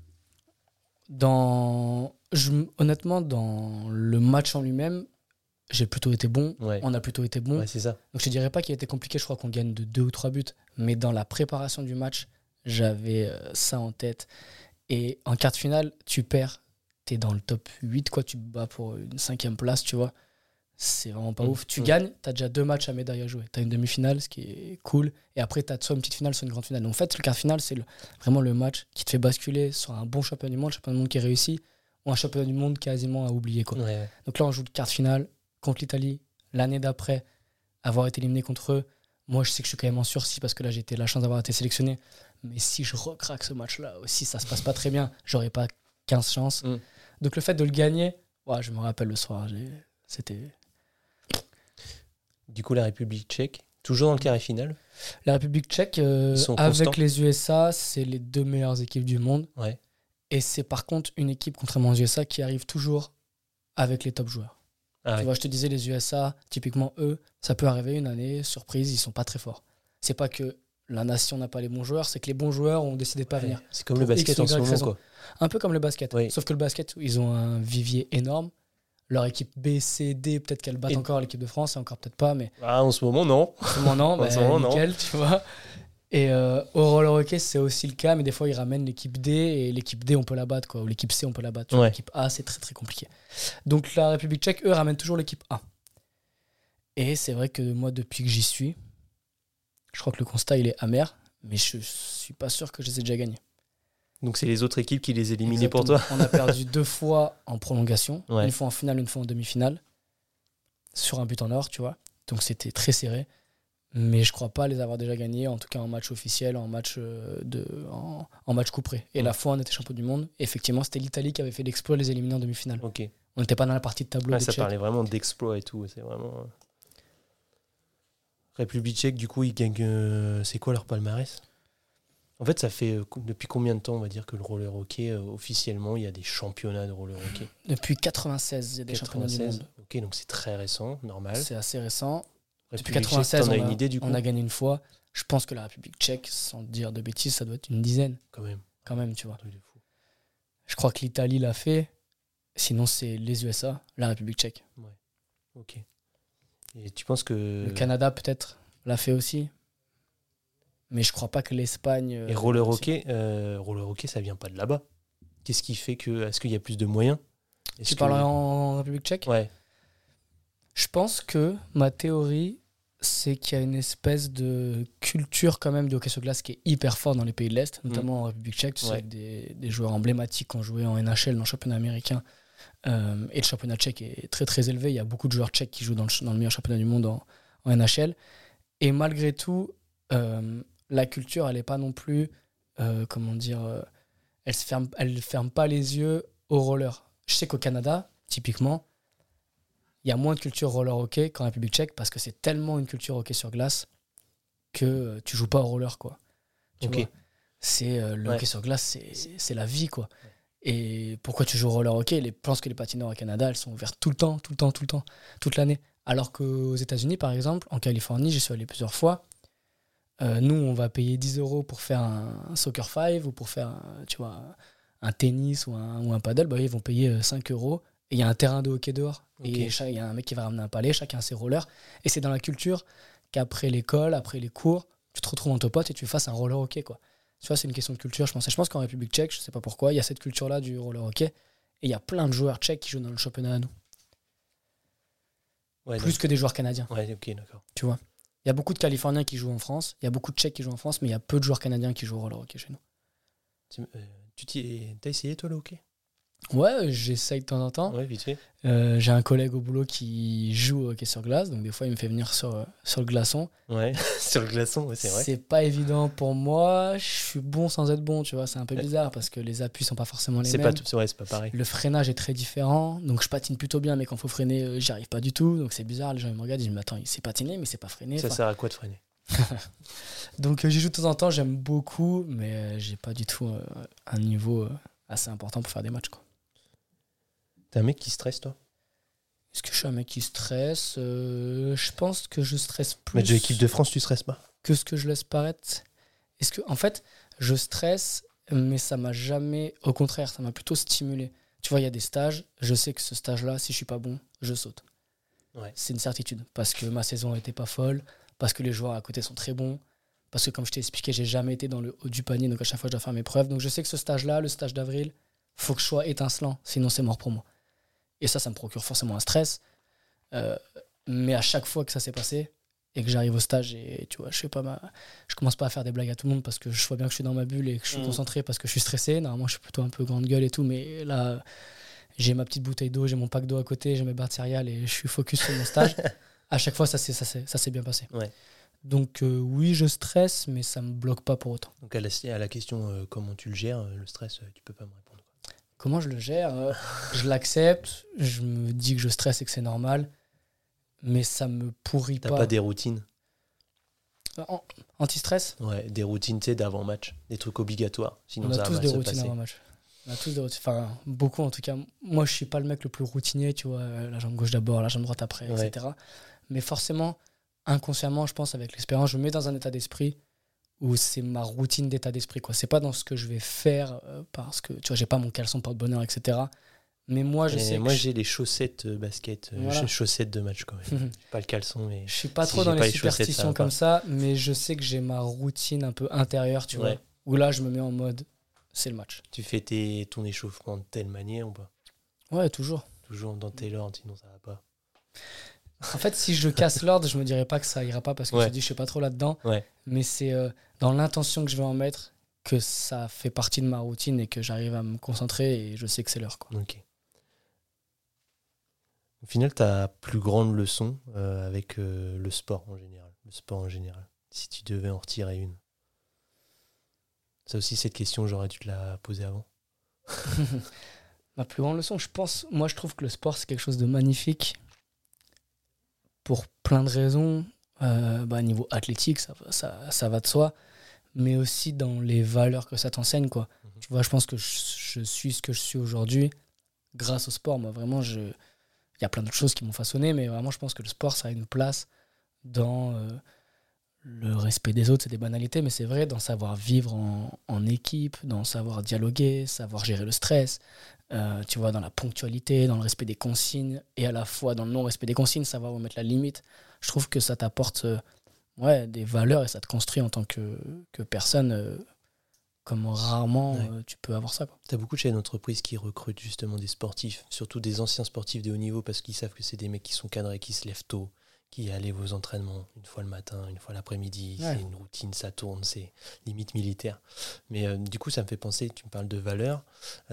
S3: Honnêtement, dans le match en lui-même, j'ai plutôt été bon.
S2: Ouais.
S3: On a plutôt été bon.
S2: Ouais, c'est ça.
S3: Donc je dirais pas qu'il a été compliqué, je crois qu'on gagne de 2 ou 3 buts. Mais dans la préparation du match, j'avais ça en tête. Et en quart de finale, tu perds. T'es dans le top 8, quoi. Tu te bats pour une 5e place, tu vois. C'est vraiment pas ouf. Tu gagnes, t'as déjà 2 matchs à médaille à jouer. T'as une demi-finale, ce qui est cool. Et après, t'as soit une petite finale, soit une grande finale. Donc en fait, le quart de finale, c'est vraiment le match qui te fait basculer sur un bon championnat du monde qui est réussi, ou un championnat du monde quasiment à oublier, quoi.
S2: Ouais.
S3: Donc là, on joue le quart de finale contre l'Italie. L'année d'après, avoir été éliminé contre eux, moi, je sais que je suis quand même en sursis parce que là, j'ai été la chance d'avoir été sélectionné. Mais si je recraque ce match-là, aussi, ça se passe pas très bien. J'aurais pas 15 chances. Donc le fait de le gagner, ouais, je me rappelle le soir, c'était...
S2: Du coup, la République tchèque, toujours dans le carré final.
S3: La République tchèque,
S2: sont
S3: avec
S2: constants.
S3: les USA, c'est les 2 meilleures équipes du monde.
S2: Ouais.
S3: Et c'est par contre une équipe, contrairement aux USA, qui arrive toujours avec les top joueurs.
S2: Ah,
S3: Tu vois, je te disais, les USA, typiquement, eux, ça peut arriver une année, surprise, ils sont pas très forts. C'est pas que la nation n'a pas les bons joueurs, c'est que les bons joueurs ont décidé de pas venir.
S2: C'est comme le
S3: Pour
S2: basket
S3: X ou
S2: en ce
S3: Y
S2: moment,
S3: raison.
S2: quoi.
S3: Un peu comme le basket.
S2: Oui.
S3: Sauf que le basket, ils ont un vivier énorme. Leur équipe B, C, D, peut-être qu'elle bat encore l'équipe de France, et encore peut-être pas, mais
S2: Ah, en ce moment, non.
S3: en ce moment, non.
S2: En ce moment, non.
S3: Nickel, tu vois. Et au roller hockey, c'est aussi le cas, mais des fois, ils ramènent l'équipe D, et l'équipe D, on peut la battre, quoi. Ou l'équipe C, on peut la battre. Tu vois.
S2: Ouais.
S3: L'équipe A, c'est très, très compliqué. Donc, la République tchèque, eux, ramènent toujours l'équipe A. Et c'est vrai que moi, depuis que j'y suis, je crois que le constat, il est amer, mais je suis pas sûr que je les ai déjà gagnés.
S2: Donc c'est les autres équipes qui les éliminaient pour toi.
S3: Exactement. On a perdu 2 fois en prolongation,
S2: Ouais.
S3: une fois en finale, une fois en demi-finale. sur un but en or, tu vois. Donc c'était très serré. Mais je crois pas les avoir déjà gagnés, en tout cas en match officiel, en match, en match couperé. Et la fois on était champion du monde, effectivement, c'était l'Italie qui avait fait l'exploit de les éliminer en demi-finale.
S2: Ok.
S3: On n'était pas dans la partie de tableau.
S2: Ça parlait vraiment d'exploit et tout. C'est vraiment. République tchèque, du coup, ils gagnent. C'est quoi leur palmarès ? En fait, ça fait depuis combien de temps, on va dire, que le roller hockey, officiellement, il y a des championnats de roller hockey ?
S3: Depuis 96, il y a des championnats du monde.
S2: Ok, donc c'est très récent, normal.
S3: C'est assez récent. Depuis
S2: République
S3: 96,
S2: tchèque, t'en as une idée, du coup ?
S3: on a gagné une fois. Je pense que la République tchèque, sans dire de bêtises, ça doit être une dizaine. Quand même, tu vois. Je crois que l'Italie l'a fait. Sinon, c'est les USA, la République tchèque.
S2: Ouais. Ok. Et tu penses que...
S3: Le Canada, peut-être, l'a fait aussi. Mais je crois pas que l'Espagne...
S2: Et roller hockey, ça vient pas de là-bas. Qu'est-ce qui fait que... Est-ce qu'il y a plus de moyens ?
S3: Tu parles en République tchèque ?
S2: Ouais.
S3: Je pense que ma théorie, c'est qu'il y a une espèce de culture quand même du hockey sur glace qui est hyper forte dans les pays de l'Est, notamment en République tchèque. Tu sais, avec des joueurs emblématiques qui ont joué en NHL dans le championnat américain. Et le championnat tchèque est très très élevé. Il y a beaucoup de joueurs tchèques qui jouent dans le meilleur championnat du monde en NHL. Et malgré tout, la culture, elle n'est pas non plus, elle ferme pas les yeux au roller. Je sais qu'au Canada, typiquement, il y a moins de culture roller hockey qu'en République tchèque parce que c'est tellement une culture hockey sur glace que tu joues pas au roller, quoi. Tu vois, c'est le hockey sur glace, c'est la vie, quoi. Et pourquoi tu joues au roller hockey ? Je pense que les patineurs au Canada, elles sont ouvertes tout le temps, toute l'année. Alors qu'aux États-Unis, par exemple, en Californie, j'y suis allé plusieurs fois. Nous, on va payer 10 € pour faire un soccer five ou pour faire un tennis ou un paddle. Bah, ils vont payer 5 €. Et il y a un terrain de hockey dehors. Okay. Et il y a un mec qui va ramener un palais, chacun a ses rollers. Et c'est dans la culture qu'après l'école, après les cours, tu te retrouves entre potes et tu fasses un roller hockey, quoi. Tu vois, c'est une question de culture, je pense. Et je pense qu'en République tchèque, je sais pas pourquoi, il y a cette culture-là du roller hockey. Et il y a plein de joueurs tchèques qui jouent dans le championnat à nous. Ouais, plus que des joueurs canadiens.
S2: Ouais, ok, d'accord.
S3: Tu vois, il y a beaucoup de Californiens qui jouent en France, il y a beaucoup de Tchèques qui jouent en France, mais il y a peu de joueurs canadiens qui jouent au roller hockey chez nous.
S2: T'as essayé, toi, le hockey ?
S3: Ouais, j'essaye de temps en temps.
S2: Ouais, vite fait.
S3: J'ai un collègue au boulot qui joue au hockey sur glace, donc des fois il me fait venir sur le glaçon.
S2: Ouais, sur le glaçon, ouais, c'est vrai.
S3: C'est pas évident pour moi, je suis bon sans être bon, tu vois, c'est un peu bizarre parce que les appuis sont pas forcément les mêmes.
S2: C'est pas pareil.
S3: Le freinage est très différent, donc je patine plutôt bien, mais quand faut freiner, j'y arrive pas du tout, donc c'est bizarre, les gens ils me regardent, ils me disent, mais attends, il sait patiner, mais il sait pas freiner.
S2: Ça sert à quoi de freiner ?
S3: Donc j'y joue de temps en temps, j'aime beaucoup, mais j'ai pas du tout un niveau assez important pour faire des matchs, quoi.
S2: T'es un mec qui stresse, toi ?
S3: Est-ce que je suis un mec qui stresse ? Je pense que je stresse plus.
S2: Match de l'équipe de France, tu stresses pas ?
S3: Que ce que je laisse paraître. En fait, je stresse, mais ça m'a jamais... Au contraire, ça m'a plutôt stimulé. Tu vois, il y a des stages, je sais que ce stage-là, si je suis pas bon, je saute. Ouais. C'est une certitude. Parce que ma saison n'était pas folle, parce que les joueurs à côté sont très bons, parce que comme je t'ai expliqué, j'ai jamais été dans le haut du panier, donc à chaque fois, je dois faire mes preuves. Donc je sais que ce stage-là, le stage d'avril, faut que je sois étincelant, sinon c'est mort pour moi. Et ça me procure forcément un stress. Mais à chaque fois que ça s'est passé et que j'arrive au stage et tu vois, je commence pas à faire des blagues à tout le monde parce que je vois bien que je suis dans ma bulle et que je suis concentré parce que je suis stressé. Normalement, je suis plutôt un peu grande gueule et tout, mais là, j'ai ma petite bouteille d'eau, j'ai mon pack d'eau à côté, j'ai mes barres de céréales et je suis focus sur mon stage. À chaque fois, ça s'est bien passé. Ouais. Donc oui, je stresse, mais ça me bloque pas pour autant.
S2: Donc à la question comment tu le gères, le stress, tu peux pas me répondre.
S3: Comment je le gère ? Je l'accepte, je me dis que je stresse et que c'est normal, mais ça me pourrit pas.
S2: T'as pas des routines ?
S3: Anti-stress ?
S2: Ouais, des routines, tu sais, d'avant-match, des trucs obligatoires. Sinon,
S3: on a tous des routines avant-match. On a tous des routines, enfin beaucoup en tout cas. Moi, je suis pas le mec le plus routinier, tu vois, la jambe gauche d'abord, la jambe droite après, ouais. Etc. Mais forcément, inconsciemment, je pense, avec l'expérience, je me mets dans un état d'esprit où c'est ma routine d'état d'esprit, quoi. C'est pas dans ce que je vais faire parce que tu vois, j'ai pas mon caleçon porte-bonheur, etc. Mais moi,
S2: j'ai les chaussettes basket, voilà. Chaussettes de match quand même. Pas le caleçon, mais
S3: je suis pas trop dans les superstitions comme ça, mais je sais que j'ai ma routine un peu intérieure, tu vois, où là, je me mets en mode, c'est le match.
S2: Tu fais ton échauffement de telle manière ou pas ?
S3: Ouais, toujours.
S2: Toujours dans tel ordre, sinon ça va pas.
S3: En fait, si je casse l'ordre, je me dirais pas que ça ira pas parce que je dis je suis pas trop là-dedans. Ouais. Mais c'est dans l'intention que je vais en mettre que ça fait partie de ma routine et que j'arrive à me concentrer et je sais que c'est l'heure, quoi.
S2: Ok. Au final, ta plus grande leçon avec le sport en général. Le sport en général. Si tu devais en retirer une. Ça aussi, cette question, j'aurais dû te la poser avant.
S3: Ma plus grande leçon, moi je trouve que le sport c'est quelque chose de magnifique pour plein de raisons. Niveau athlétique, ça va de soi, mais aussi dans les valeurs que ça t'enseigne, quoi. Tu vois, je pense que je suis ce que je suis aujourd'hui grâce au sport. Moi, vraiment, il y a plein d'autres choses qui m'ont façonné, mais vraiment, je pense que le sport, ça a une place dans le respect des autres. C'est des banalités, mais c'est vrai, dans savoir vivre en équipe, dans savoir dialoguer, savoir gérer le stress, tu vois, dans la ponctualité, dans le respect des consignes, et à la fois dans le non-respect des consignes, savoir où mettre la limite. Je trouve que ça t'apporte des valeurs et ça te construit en tant que personne, comme rarement tu peux avoir ça, quoi.
S2: Tu as beaucoup de chaînes d'entreprises qui recrutent justement des sportifs, surtout des anciens sportifs de haut niveau, parce qu'ils savent que c'est des mecs qui sont cadrés, qui se lèvent tôt, qui allaient aux entraînements une fois le matin, une fois l'après-midi. Ouais. C'est une routine, ça tourne, c'est limite militaire. Mais du coup, ça me fait penser, tu me parles de valeurs.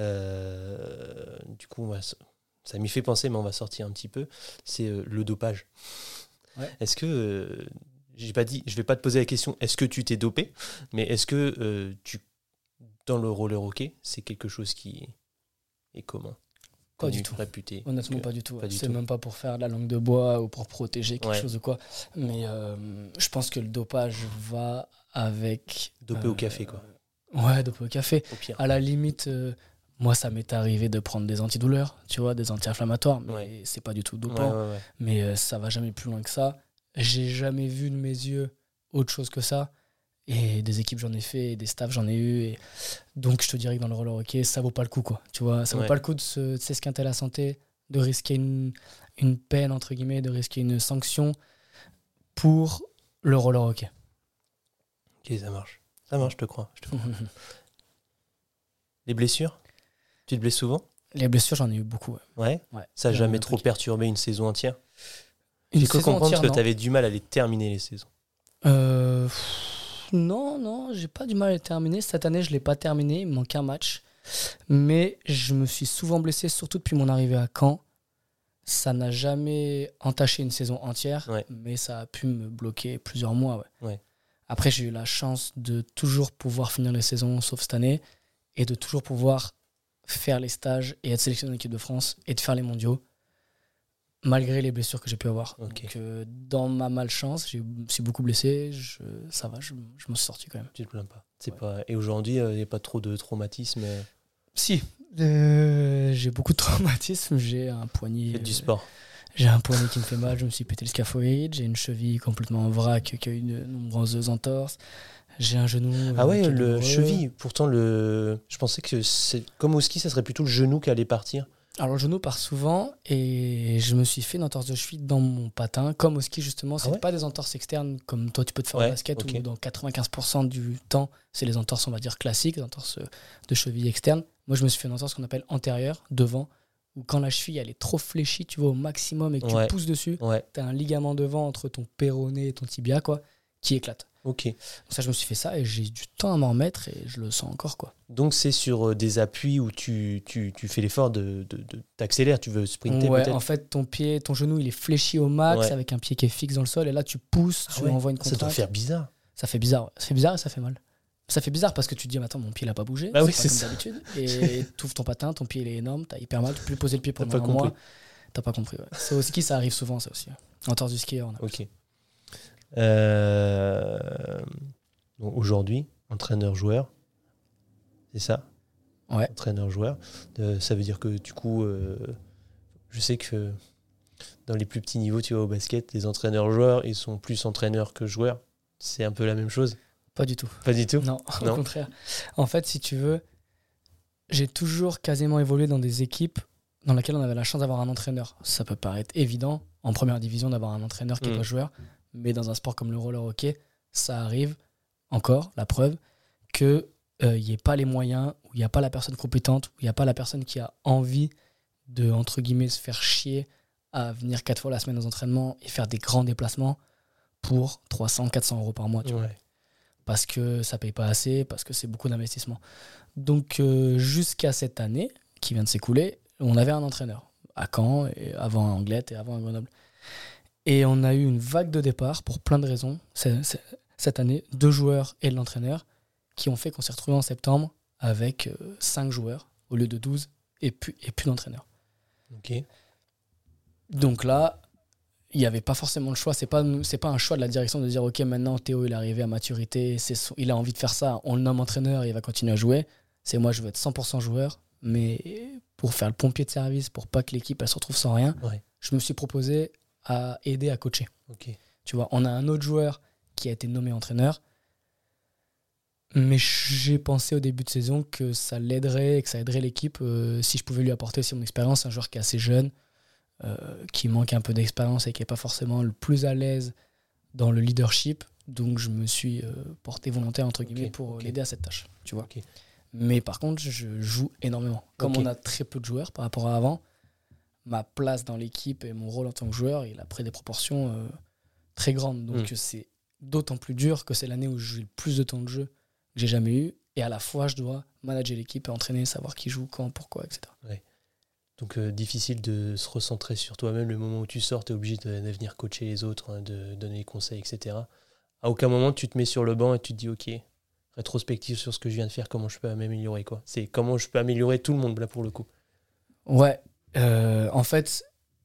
S2: Du coup, ça m'y fait penser, mais on va sortir un petit peu. C'est le dopage. Ouais. Est-ce que, je vais pas te poser la question, est-ce que tu t'es dopé, mais est-ce que dans le roller hockey, c'est quelque chose qui est commun?
S3: Pas du tout.
S2: Réputé.
S3: Honnêtement, pas du tout. C'est même pas pour faire de la langue de bois ou pour protéger quelque chose ou quoi. Mais je pense que le dopage va avec...
S2: Dopé au café, quoi.
S3: Ouais, dopé au café.
S2: Au pire.
S3: À la limite, moi, ça m'est arrivé de prendre des antidouleurs, tu vois, des anti-inflammatoires, mais c'est pas du tout dopant.
S2: Ouais.
S3: Mais ça va jamais plus loin que ça. J'ai jamais vu de mes yeux autre chose que ça. Et des équipes, j'en ai fait, et des staffs, j'en ai eu. Et donc, je te dirais que dans le roller hockey, ça vaut pas le coup, quoi. Tu vois, ça vaut pas le coup de s'esquinter la santé, de risquer une peine, entre guillemets, de risquer une sanction pour le roller hockey.
S2: Ok, ça marche. Ça marche, je te crois. Les blessures? Tu te blesses souvent?
S3: Les blessures, j'en ai eu beaucoup.
S2: Ouais. Ça n'a jamais trop perturbé une saison entière? J'ai cru comprendre que tu avais du mal à les terminer, les saisons.
S3: Non, j'ai pas du mal à les terminer. Cette année, je l'ai pas terminé, il me manque un match. Mais je me suis souvent blessé, surtout depuis mon arrivée à Caen. Ça n'a jamais entaché une saison entière, mais ça a pu me bloquer plusieurs mois. Ouais. Après, j'ai eu la chance de toujours pouvoir finir les saisons, sauf cette année, et de toujours pouvoir faire les stages et être sélectionné en équipe de France et de faire les mondiaux, malgré les blessures que j'ai pu avoir. Okay. Donc, dans ma malchance, je suis beaucoup blessé, ça va, je m'en suis sorti quand même.
S2: Tu te plains pas. Et aujourd'hui, il n'y a pas trop de traumatisme?
S3: Si, j'ai beaucoup de traumatisme. J'ai un poignet.
S2: Du sport.
S3: J'ai un poignet qui me fait mal, je me suis pété le scaphoïde, j'ai une cheville complètement en vrac qui a eu de nombreuses entorses. J'ai un genou.
S2: Ah ouais, le cheville. Pourtant, je pensais que c'est comme au ski, ça serait plutôt le genou qui allait partir. Alors,
S3: le genou part souvent et je me suis fait une entorse de cheville dans mon patin. Comme au ski, justement, c'est pas des entorses externes comme toi, tu peux te faire au basket où dans 95% du temps, c'est les entorses, on va dire, classiques, les entorses de cheville externes. Moi, je me suis fait une entorse qu'on appelle antérieure, devant, où quand la cheville elle est trop fléchie, tu vois, au maximum et que tu pousses dessus, tu as un ligament devant entre ton péroné et ton tibia, quoi, qui éclate.
S2: Ok.
S3: Donc ça, je me suis fait ça et j'ai du temps à m'en remettre et je le sens encore, quoi.
S2: Donc c'est sur des appuis où tu fais l'effort de t'accélérer, tu veux sprinter peut-être.
S3: En fait, ton genou, il est fléchi au max avec un pied qui est fixe dans le sol et là tu pousses, tu envoies une contrainte.
S2: Ça doit faire bizarre.
S3: Ça fait bizarre et ça fait mal. Ça fait bizarre parce que tu te dis, attends, mon pied il a pas bougé,
S2: c'est
S3: comme d'habitude. Et tu ouvres ton patin, ton pied il est énorme, t'as hyper mal, tu peux plus poser le pied pendant un mois. T'as pas compris. C'est aussi ça arrive souvent, ça aussi. Entorse du skieur.
S2: Ok. Donc aujourd'hui, entraîneur-joueur, c'est ça?
S3: Ouais.
S2: Entraîneur-joueur. Ça veut dire que du coup, je sais que dans les plus petits niveaux, tu vois, au basket, les entraîneurs-joueurs, ils sont plus entraîneurs que joueurs. C'est un peu la même chose?
S3: Pas du tout.
S2: Pas du tout?
S3: Non, au contraire. En fait, si tu veux, j'ai toujours quasiment évolué dans des équipes dans lesquelles on avait la chance d'avoir un entraîneur. Ça peut paraître évident, en première division, d'avoir un entraîneur qui n'est pas joueur. Mais dans un sport comme le roller hockey, ça arrive encore, la preuve, qu'il n'y ait pas les moyens, où il n'y a pas la personne compétente, où il n'y a pas la personne qui a envie de, entre guillemets, se faire chier à venir 4 fois la semaine aux entraînements et faire des grands déplacements pour 300, 400 euros par mois. Tu vois. Parce que ça ne paye pas assez, parce que c'est beaucoup d'investissement. Donc, jusqu'à cette année, qui vient de s'écouler, on avait un entraîneur. à Caen, et avant à Anglette et avant à Grenoble. Et on a eu une vague de départ pour plein de raisons. Cette année, 2 joueurs et l'entraîneur qui ont fait qu'on s'est retrouvé en septembre avec 5 joueurs au lieu de 12 et plus d'entraîneur.
S2: Ok.
S3: Donc là, il n'y avait pas forcément le choix. C'est pas un choix de la direction de dire ok, maintenant Théo il est arrivé à maturité, il a envie de faire ça, on le nomme entraîneur et il va continuer à jouer. C'est moi, je veux être 100% joueur, mais pour faire le pompier de service, pour pas que l'équipe elle se retrouve sans rien, je me suis proposé à aider à coacher.
S2: Ok.
S3: Tu vois, on a un autre joueur qui a été nommé entraîneur, mais j'ai pensé au début de saison que ça l'aiderait et que ça aiderait l'équipe si je pouvais lui apporter aussi mon expérience. Un joueur qui est assez jeune, qui manque un peu d'expérience et qui n'est pas forcément le plus à l'aise dans le leadership. Donc je me suis porté volontaire entre guillemets pour l'aider à cette tâche. Tu vois. Mais par contre, je joue énormément. Comme on a très peu de joueurs par rapport à avant, ma place dans l'équipe et mon rôle en tant que joueur, il a pris des proportions très grandes. Donc c'est d'autant plus dur que c'est l'année où j'ai le plus de temps de jeu que j'ai jamais eu. Et à la fois, je dois manager l'équipe et entraîner, savoir qui joue, quand, pourquoi, etc.
S2: Ouais. Donc difficile de se recentrer sur toi-même. Le moment où tu sors, tu es obligé de venir coacher les autres, hein, de donner des conseils, etc. À aucun moment, tu te mets sur le banc et tu te dis ok, rétrospective sur ce que je viens de faire, comment je peux m'améliorer, quoi. C'est comment je peux améliorer tout le monde là pour le coup.
S3: Ouais. En fait,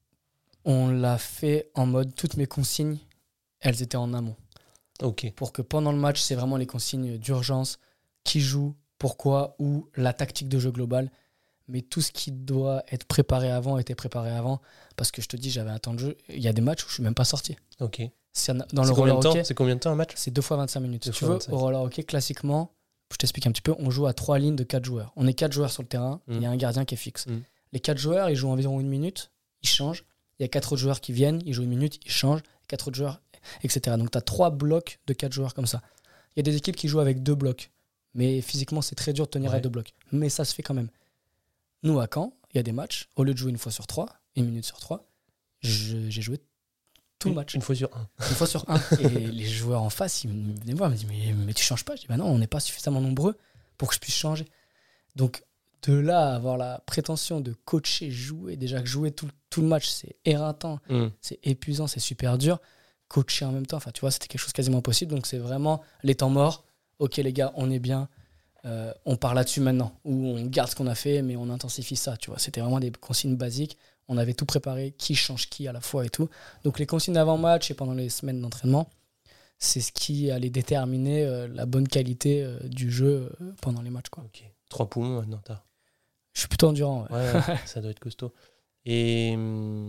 S3: on l'a fait en mode toutes mes consignes, elles étaient en amont.
S2: Ok.
S3: Pour que pendant le match, c'est vraiment les consignes d'urgence, qui joue, pourquoi, ou la tactique de jeu globale. Mais tout ce qui doit être préparé avant était préparé avant. Parce que je te dis, j'avais un temps de jeu. Il y a des matchs où je suis même pas sorti.
S2: Ok.
S3: Dans le roller hockey,
S2: c'est combien de temps un match ?
S3: C'est 2 fois 25 minutes. Si tu veux,
S2: 25.
S3: au roller hockey, classiquement, je t'explique un petit peu, on joue à 3 lignes de 4 joueurs. On est 4 joueurs sur le terrain, il y a un gardien qui est fixe. Les 4 joueurs, ils jouent environ 1 minute, ils changent. Il y a 4 autres joueurs qui viennent, ils jouent 1 minute, ils changent. 4 autres joueurs, etc. Donc tu as 3 blocs de 4 joueurs comme ça. Il y a des équipes qui jouent avec 2 blocs. Mais physiquement, c'est très dur de tenir à 2 blocs. Mais ça se fait quand même. Nous, à Caen, il y a des matchs, au lieu de jouer 1 fois sur 3, 1 minute sur 3, j'ai joué tout le match.
S2: 1 fois sur 1.
S3: 1 fois sur 1. Et les joueurs en face, ils venaient me voir, ils me disent mais tu changes pas ? Je dis bah non, on n'est pas suffisamment nombreux pour que je puisse changer. Donc de là à avoir la prétention de coacher, jouer, déjà que jouer tout le match, c'est éreintant, c'est épuisant, c'est super dur. Coacher en même temps, enfin tu vois, c'était quelque chose quasiment impossible. Donc c'est vraiment les temps morts. Ok les gars, on est bien. On part là-dessus maintenant, où on garde ce qu'on a fait, mais on intensifie ça, tu vois. C'était vraiment des consignes basiques. On avait tout préparé, qui change qui à la fois et tout. Donc les consignes d'avant-match et pendant les semaines d'entraînement, c'est ce qui allait déterminer la bonne qualité du jeu pendant les matchs, quoi.
S2: Ok. 3 poumons maintenant, t'as.
S3: Je suis plutôt endurant.
S2: Ouais, ça doit être costaud. Et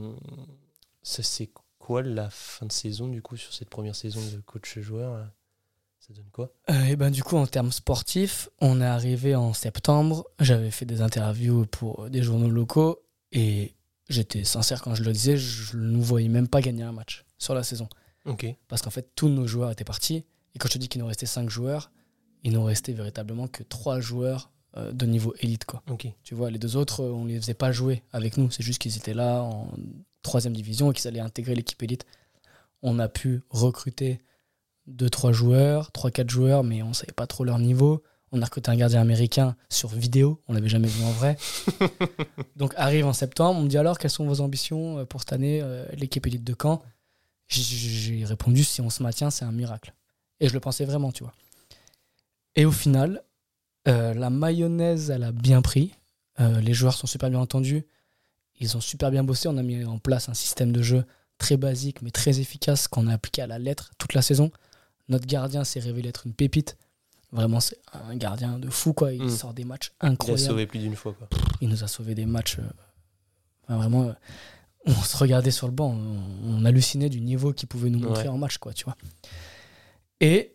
S2: ça, c'est quoi la fin de saison, du coup, sur cette première saison de coach-joueur ? Ça donne quoi ?
S3: Et ben du coup, en termes sportifs, on est arrivé en septembre. J'avais fait des interviews pour des journaux locaux et j'étais sincère quand je le disais, je ne nous voyais même pas gagner un match sur la saison.
S2: Ok.
S3: Parce qu'en fait, tous nos joueurs étaient partis. Et quand je te dis qu'il nous restait 5 joueurs, il nous restait véritablement que 3 joueurs de niveau élite, quoi.
S2: Ok.
S3: Tu vois, les 2 autres, on ne les faisait pas jouer avec nous. C'est juste qu'ils étaient là en 3e division et qu'ils allaient intégrer l'équipe élite. On a pu recruter 2-3 joueurs, 3-4 joueurs, mais on ne savait pas trop leur niveau. On a recruté un gardien américain sur vidéo, on ne l'avait jamais vu en vrai. Donc arrive en septembre, on me dit alors quelles sont vos ambitions pour cette année, l'équipe élite de Caen. J'ai répondu si on se maintient, c'est un miracle. Et je le pensais vraiment, tu vois. Et au final, la mayonnaise, elle a bien pris. Les joueurs sont super bien entendus. Ils ont super bien bossé. On a mis en place un système de jeu très basique, mais très efficace, qu'on a appliqué à la lettre toute la saison. Notre gardien s'est révélé être une pépite. Vraiment, c'est un gardien de fou, quoi. Il sort des matchs incroyables.
S2: Il a sauvé plus d'une fois, quoi.
S3: Il nous a sauvé des matchs. Vraiment, on se regardait sur le banc. On hallucinait du niveau qu'il pouvait nous montrer en match, quoi, tu vois. Et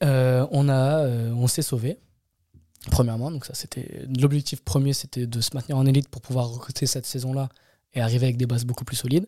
S3: on s'est sauvé. Premièrement, donc ça, c'était l'objectif premier, c'était de se maintenir en élite pour pouvoir recruter cette saison-là et arriver avec des bases beaucoup plus solides.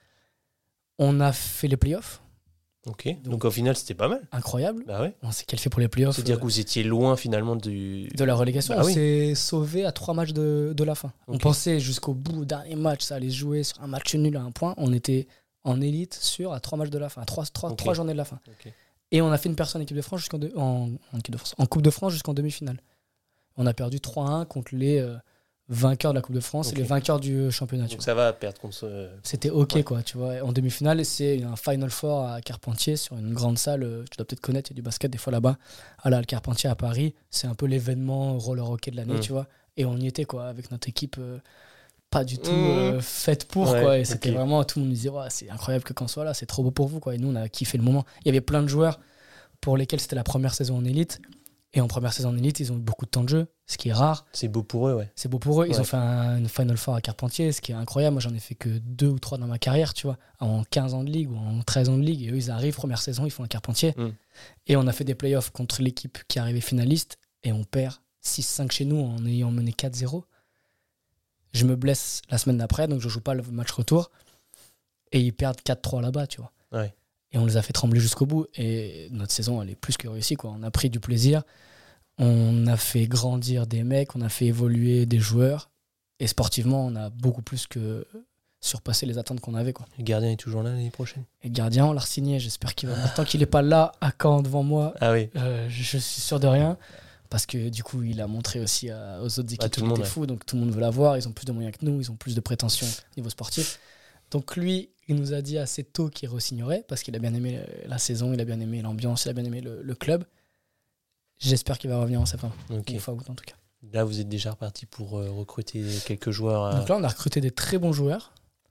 S3: On a fait les playoffs.
S2: Ok, donc au final, c'était pas mal.
S3: Incroyable.
S2: Bah ouais.
S3: On s'est qualifié pour les playoffs.
S2: C'est-à-dire que vous étiez loin finalement de
S3: la relégation.
S2: Bah
S3: on s'est sauvé à 3 matchs de la fin. Okay. On pensait jusqu'au bout, dernier match, ça allait se jouer sur un match nul à 1 point. On était en élite à 3 matchs de la fin, à 3 journées de la fin. Okay. Et on a fait une personne en équipe de France en Coupe de France jusqu'en demi-finale. On a perdu 3-1 contre les vainqueurs de la Coupe de France et les vainqueurs du championnat.
S2: Donc ça va perdre contre
S3: C'était OK, quoi, tu vois. En demi-finale, c'est un Final Four à Carpentier sur une grande salle. Tu dois peut-être connaître, il y a du basket des fois là-bas. À la Carpentier à Paris, c'est un peu l'événement roller hockey de l'année, tu vois. Et on y était, quoi, avec notre équipe pas du tout faite pour, quoi. Et c'était vraiment, tout le monde nous disait, c'est incroyable que qu'on soit là, c'est trop beau pour vous, quoi. Et nous, on a kiffé le moment. Il y avait plein de joueurs pour lesquels c'était la première saison en élite. Et en première saison en élite, ils ont eu beaucoup de temps de jeu, ce qui est rare.
S2: C'est beau pour eux, ouais.
S3: C'est beau pour eux. Ils ont fait une Final Four à Carpentier, ce qui est incroyable. Moi, j'en ai fait que 2 ou 3 dans ma carrière, tu vois, en 15 ans de ligue ou en 13 ans de ligue. Et eux, ils arrivent, première saison, ils font un Carpentier. Et on a fait des playoffs contre l'équipe qui arrivait finaliste et on perd 6-5 chez nous en ayant mené 4-0. Je me blesse la semaine d'après, donc je joue pas le match retour. Et ils perdent 4-3 là-bas, tu vois.
S2: Ouais.
S3: Et on les a fait trembler jusqu'au bout. Et notre saison, elle est plus que réussie, quoi. On a pris du plaisir. On a fait grandir des mecs, on a fait évoluer des joueurs. Et sportivement, on a beaucoup plus que surpassé les attentes qu'on avait, quoi.
S2: Le gardien est toujours là l'année prochaine.
S3: Et le gardien, on l'a re-signé. J'espère qu'il va. Tant qu'il n'est pas là, à Caen devant moi, je suis sûr de rien. Parce que du coup, il a montré aussi aux autres équipes qu'il était fou. Donc tout le monde veut l'avoir. Ils ont plus de moyens que nous. Ils ont plus de prétentions au niveau sportif. Donc lui, il nous a dit assez tôt qu'il re-signerait. Parce qu'il a bien aimé la saison, il a bien aimé l'ambiance, il a bien aimé le club. J'espère qu'il va revenir en septembre. Une fois août en tout cas.
S2: Là, vous êtes déjà reparti pour recruter quelques joueurs.
S3: Donc là, on a recruté des très bons joueurs.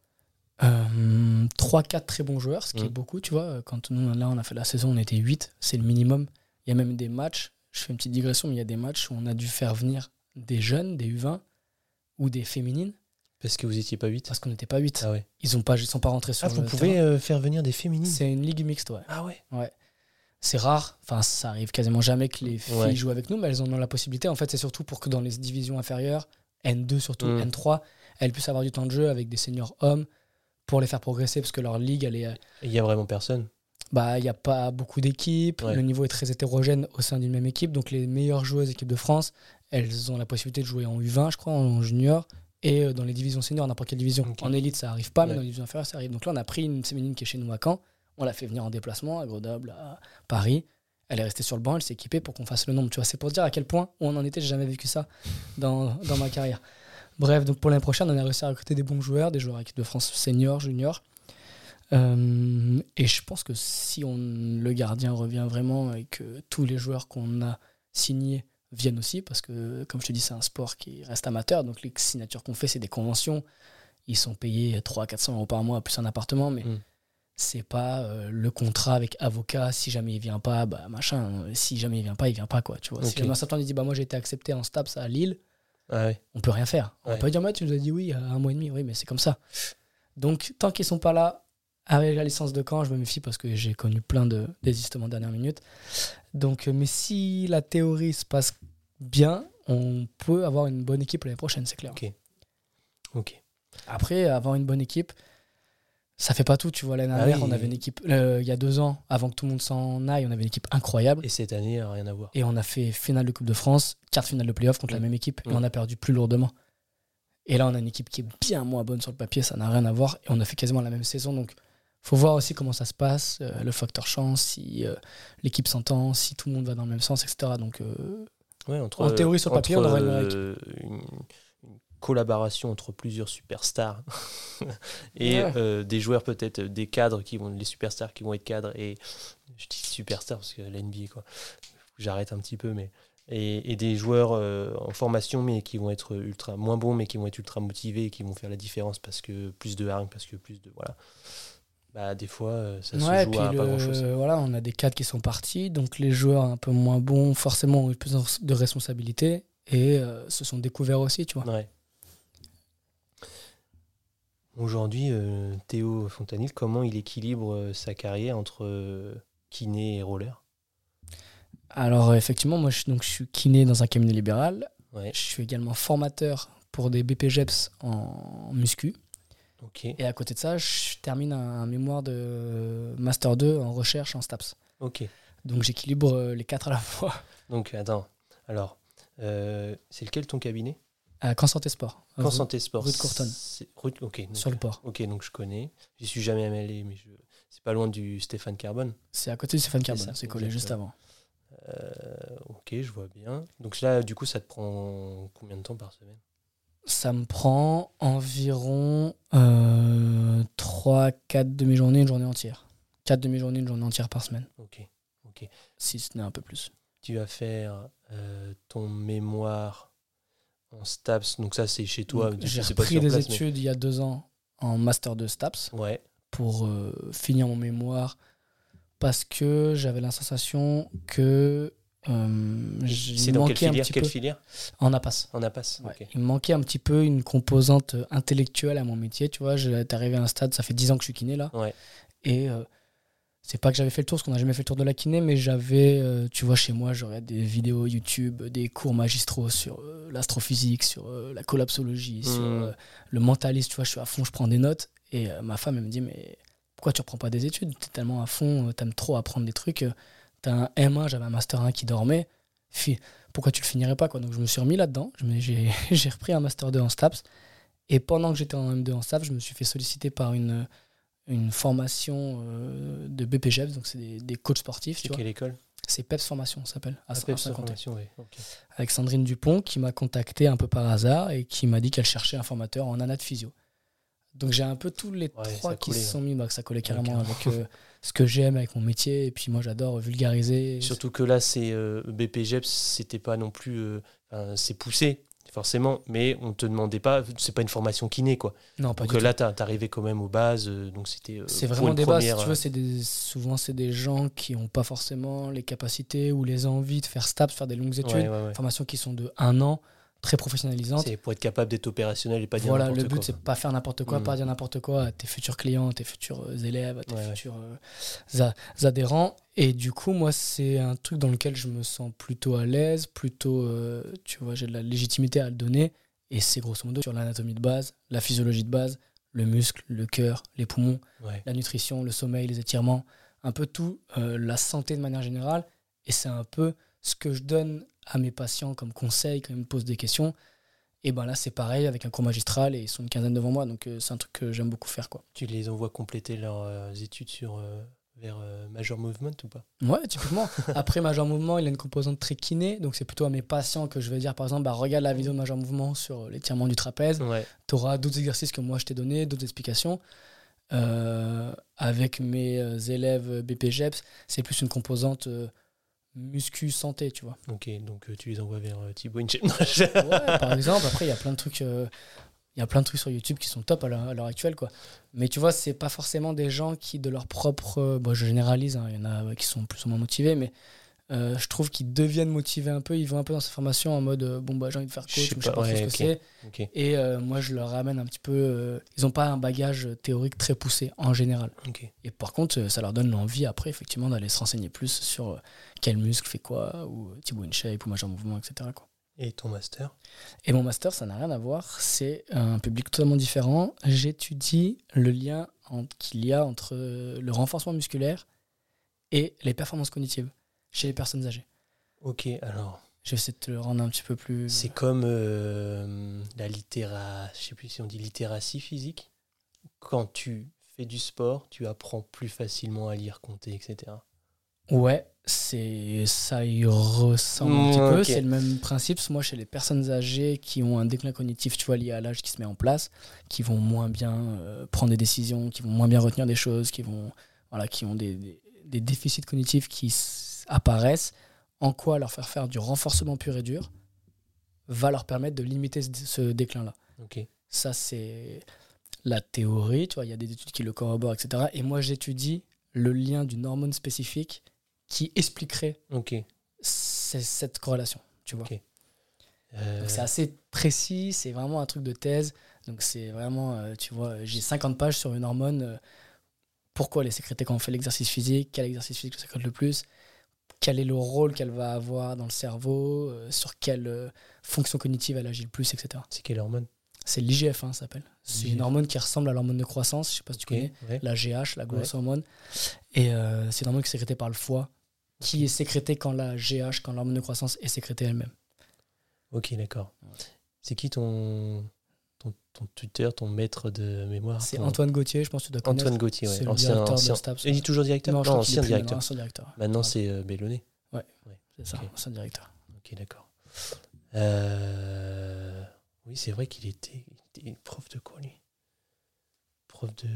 S3: 3-4 très bons joueurs, ce qui est beaucoup, tu vois. Quand nous, là, on a fait la saison, on était 8. C'est le minimum. Il y a même des matchs. Je fais une petite digression, mais il y a des matchs où on a dû faire venir des jeunes, des U20 ou des féminines.
S2: Parce que vous n'étiez pas 8 ?
S3: Parce qu'on n'était pas 8.
S2: Ah ouais.
S3: Ils sont pas rentrés sur le terrain.
S2: Vous pouvez faire venir des féminines ?
S3: C'est une ligue mixte, ouais.
S2: Ah ouais.
S3: Ouais. C'est rare, enfin ça arrive quasiment jamais que les filles jouent avec nous, mais elles en ont la possibilité. En fait, c'est surtout pour que dans les divisions inférieures, N2 surtout, N3, elles puissent avoir du temps de jeu avec des seniors hommes pour les faire progresser, parce que leur ligue, elle est...
S2: Il n'y a vraiment personne ?
S3: Il n'y a pas beaucoup d'équipes, le niveau est très hétérogène au sein d'une même équipe, donc les meilleures joueuses équipes de France, elles ont la possibilité de jouer en U20, je crois, en junior, et dans les divisions seniors, n'importe quelle division. En élite, ça n'arrive pas, mais dans les divisions inférieures, ça arrive. Donc là, on a pris une féminine qui est chez nous à Caen, on l'a fait venir en déplacement à Grenoble, à Paris. Elle est restée sur le banc, elle s'est équipée pour qu'on fasse le nombre. Tu vois, c'est pour dire à quel point où on en était, j'ai jamais vécu ça dans ma carrière. Bref, donc pour l'année prochaine, on a réussi à recruter des bons joueurs, des joueurs équipe de France senior, junior. Et je pense que si le gardien revient vraiment et que tous les joueurs qu'on a signés viennent aussi, parce que comme je te dis, c'est un sport qui reste amateur, donc les signatures qu'on fait, c'est des conventions. Ils sont payés 300-400 € par mois, plus un appartement, mais c'est pas le contrat avec avocat, si jamais il vient pas, si jamais il vient pas, quoi, tu vois. Si jamais un certain il dit, moi j'ai été accepté en STAPS à Lille, on peut rien faire. On peut dire, tu nous as dit oui il y a 1 mois et demi, oui, mais c'est comme ça. Donc, tant qu'ils sont pas là, avec la licence de Caen, je me méfie parce que j'ai connu plein de désistements de dernière minute. Donc, mais si la théorie se passe bien, on peut avoir une bonne équipe l'année prochaine, c'est clair.
S2: Ok.
S3: Après, avoir une bonne équipe, ça fait pas tout, tu vois. L'année dernière, on avait une équipe, il y a 2 ans, avant que tout le monde s'en aille, on avait une équipe incroyable.
S2: Et cette année, rien à voir.
S3: Et on a fait finale de Coupe de France, quart finale de play-off contre la même équipe, et on a perdu plus lourdement. Et là, on a une équipe qui est bien moins bonne sur le papier, ça n'a rien à voir, et on a fait quasiment la même saison, donc faut voir aussi comment ça se passe, le facteur chance, si l'équipe s'entend, si tout le monde va dans le même sens, etc. Donc, en théorie, sur le papier, on aurait une
S2: collaboration entre plusieurs superstars et des joueurs, peut-être des cadres les superstars qui vont être cadres, et je dis superstars parce que l'NBA, quoi, j'arrête un petit peu, mais et des joueurs en formation mais qui vont être ultra moins bons, mais qui vont être ultra motivés et qui vont faire la différence parce que plus de hargne, parce que plus de des fois ça se joue à pas grand chose.
S3: On a des cadres qui sont partis, donc les joueurs un peu moins bons forcément ont eu plus de responsabilités et se sont découverts aussi, tu vois.
S2: Aujourd'hui, Théo Fontanil, comment il équilibre sa carrière entre kiné et roller ?
S3: Alors effectivement, moi je suis kiné dans un cabinet libéral. Je suis également formateur pour des BPGEPS en muscu. Et à côté de ça, je termine un mémoire de Master 2 en recherche en STAPS. Donc j'équilibre les 4 à la fois.
S2: Donc attends, alors, c'est lequel ton cabinet ?
S3: Caen Santé Sport.
S2: Caen Santé Sport.
S3: Rue de Courtonne. Sur le port.
S2: Ok, donc je connais. J'y suis jamais allé, mais c'est pas loin du Stéphane Carbone.
S3: C'est à côté de Stéphane Carbone, c'est collé juste avant.
S2: Ok, je vois bien. Donc là, du coup, ça te prend combien de temps par semaine ?
S3: Ça me prend environ 3-4 demi-journées, une journée entière. 4 demi-journées, une journée entière par semaine.
S2: Ok.
S3: Si ce n'est un peu plus.
S2: Tu vas faire ton mémoire en STAPS, donc ça c'est chez toi.
S3: J'ai
S2: c'est pas
S3: repris
S2: sur
S3: des
S2: place,
S3: études il y a 2 ans en master de STAPS
S2: Ouais.
S3: pour finir mon mémoire parce que j'avais la sensation que
S2: C'est dans quelle filière
S3: en APAS.
S2: En APAS,
S3: Ouais.
S2: ok.
S3: Il me manquait un petit peu une composante intellectuelle à mon métier, tu vois. J'étais arrivé à un stade, ça fait 10 ans que je suis kiné là.
S2: Ouais.
S3: Et c'est pas que j'avais fait le tour, parce qu'on n'a jamais fait le tour de la kiné, mais j'avais, tu vois, chez moi, j'aurais des vidéos YouTube, des cours magistraux sur l'astrophysique, sur la collapsologie, sur le mentalisme, tu vois, je suis à fond, je prends des notes. Et ma femme, elle me dit, mais pourquoi tu reprends pas des études? T'es tellement à fond, t'aimes trop apprendre des trucs. T'as un M1, j'avais un Master 1 qui dormait. Pourquoi tu le finirais pas, quoi? Donc je me suis remis là-dedans, j'ai repris un Master 2 en STAPS. Et pendant que j'étais en M2 en STAPS, je me suis fait solliciter par une formation de BPGEPS, donc c'est des coachs sportifs.
S2: C'est quelle école?
S3: C'est PEPS Formation, ça s'appelle.
S2: PEPS Formation, oui. Okay.
S3: Avec Sandrine Dupont, qui m'a contacté un peu par hasard et qui m'a dit qu'elle cherchait un formateur en anat physio. Donc j'ai un peu tous les trois qui se sont mis, que ça collait carrément avec ce que j'aime, avec mon métier. Et puis moi j'adore vulgariser.
S2: Surtout que là, c'est BPGEPS, c'était pas non plus... c'est poussé, forcément, mais on te demandait pas... C'est pas une formation kiné, quoi.
S3: Non, pas
S2: donc
S3: du tout.
S2: Là, t'arrivais quand même aux bases, donc c'était...
S3: c'est vraiment des bases, si tu veux, souvent c'est des gens qui n'ont pas forcément les capacités ou les envies de faire STAPS, faire des longues études, formations qui sont de 1 an, très professionnalisantes.
S2: C'est pour être capadhérent d'être opérationnel et pas dire n'importe quoi.
S3: Voilà, le but, c'est pas faire n'importe quoi, pas dire n'importe quoi à tes futurs clients, tes futurs élèves, à tes futurs adhérents. Et du coup, moi, c'est un truc dans lequel je me sens plutôt à l'aise, plutôt, tu vois, j'ai de la légitimité à le donner. Et c'est grosso modo sur l'anatomie de base, la physiologie de base, le muscle, le cœur, les poumons, la nutrition, le sommeil, les étirements, un peu tout, la santé de manière générale. Et c'est un peu ce que je donne à mes patients comme conseil quand ils me posent des questions. Et ben là, c'est pareil avec un cours magistral et ils sont une quinzaine devant moi. Donc c'est un truc que j'aime beaucoup faire, quoi.
S2: Tu les envoies compléter leurs études vers Major Movement ou pas?
S3: Ouais, typiquement. Après Major Movement, il a une composante très kiné. Donc c'est plutôt à mes patients que je vais dire, par exemple, regarde la vidéo de Major Mouvement sur l'étirement du trapèze. Tu auras d'autres exercices que moi je t'ai donné, d'autres explications. Avec mes élèves BPGEPS, c'est plus une composante muscu santé, tu vois.
S2: Ok, donc tu les envoies vers Thibaut Inchep.
S3: Ouais, par exemple. Après, il y a plein de trucs. Il y a plein de trucs sur YouTube qui sont top à l'heure actuelle, quoi. Mais tu vois, c'est pas forcément des gens qui, de leur propre... je généralise, il y en a qui sont plus ou moins motivés, mais je trouve qu'ils deviennent motivés un peu. Ils vont un peu dans cette formation en mode j'ai envie de faire coach, je sais pas trop ce que c'est.
S2: Okay.
S3: Et moi, je leur ramène un petit peu... ils n'ont pas un bagage théorique très poussé, en général.
S2: Okay.
S3: Et par contre, ça leur donne l'envie, après, effectivement, d'aller se renseigner plus sur quel muscle fait quoi, ou Thibaut InShape, ou Major Mouvement, etc., quoi.
S2: Et ton master?
S3: Et mon master, ça n'a rien à voir. C'est un public totalement différent. J'étudie le lien qu'il y a entre le renforcement musculaire et les performances cognitives chez les personnes âgées.
S2: Ok, alors...
S3: Je vais essayer de te le rendre un petit peu plus...
S2: C'est comme la je sais plus si on dit littératie physique. Quand tu fais du sport, tu apprends plus facilement à lire, compter, etc.
S3: Ouais, ça y ressemble un petit peu. C'est le même principe. Moi, chez les personnes âgées qui ont un déclin cognitif, tu vois, lié à l'âge qui se met en place, qui vont moins bien prendre des décisions, qui vont moins bien retenir des choses, qui ont des déficits cognitifs qui apparaissent, en quoi leur faire du renforcement pur et dur va leur permettre de limiter ce déclin-là.
S2: Okay.
S3: Ça, c'est la théorie, tu vois, il y a des études qui le corroborent, etc. Et moi, j'étudie le lien d'une hormone spécifique qui expliquerait cette corrélation, tu vois.
S2: Okay.
S3: Donc c'est assez précis, c'est vraiment un truc de thèse. Donc c'est vraiment, tu vois, j'ai 50 pages sur une hormone. Pourquoi elle est sécrétée quand on fait l'exercice physique, quel exercice physique sécrète le plus, quel est le rôle qu'elle va avoir dans le cerveau, sur quelle fonction cognitive elle agit le plus, etc.
S2: C'est quelle hormone?
S3: C'est l'IGF1, ça s'appelle. C'est une hormone qui ressemble à l'hormone de croissance, je sais pas si tu connais, la GH, la growth hormone. Et c'est une hormone qui est sécrétée par le foie, qui est sécrétée quand la GH, quand l'hormone de croissance est sécrétée elle-même.
S2: Ok, d'accord. Ouais. C'est qui ton tuteur, ton maître de mémoire?
S3: C'est Antoine Gauthier, je pense que tu dois connaître.
S2: Antoine Gauthier,
S3: c'est le directeur de STAPS.
S2: Il est toujours directeur?
S3: Non,
S2: ancien directeur.
S3: Ancien directeur.
S2: Maintenant, c'est Bellonnet.
S3: Ouais, c'est ça, ancien directeur.
S2: Ok, d'accord. Oui, Oui, c'est vrai qu'il était prof de quoi, lui? Prof de...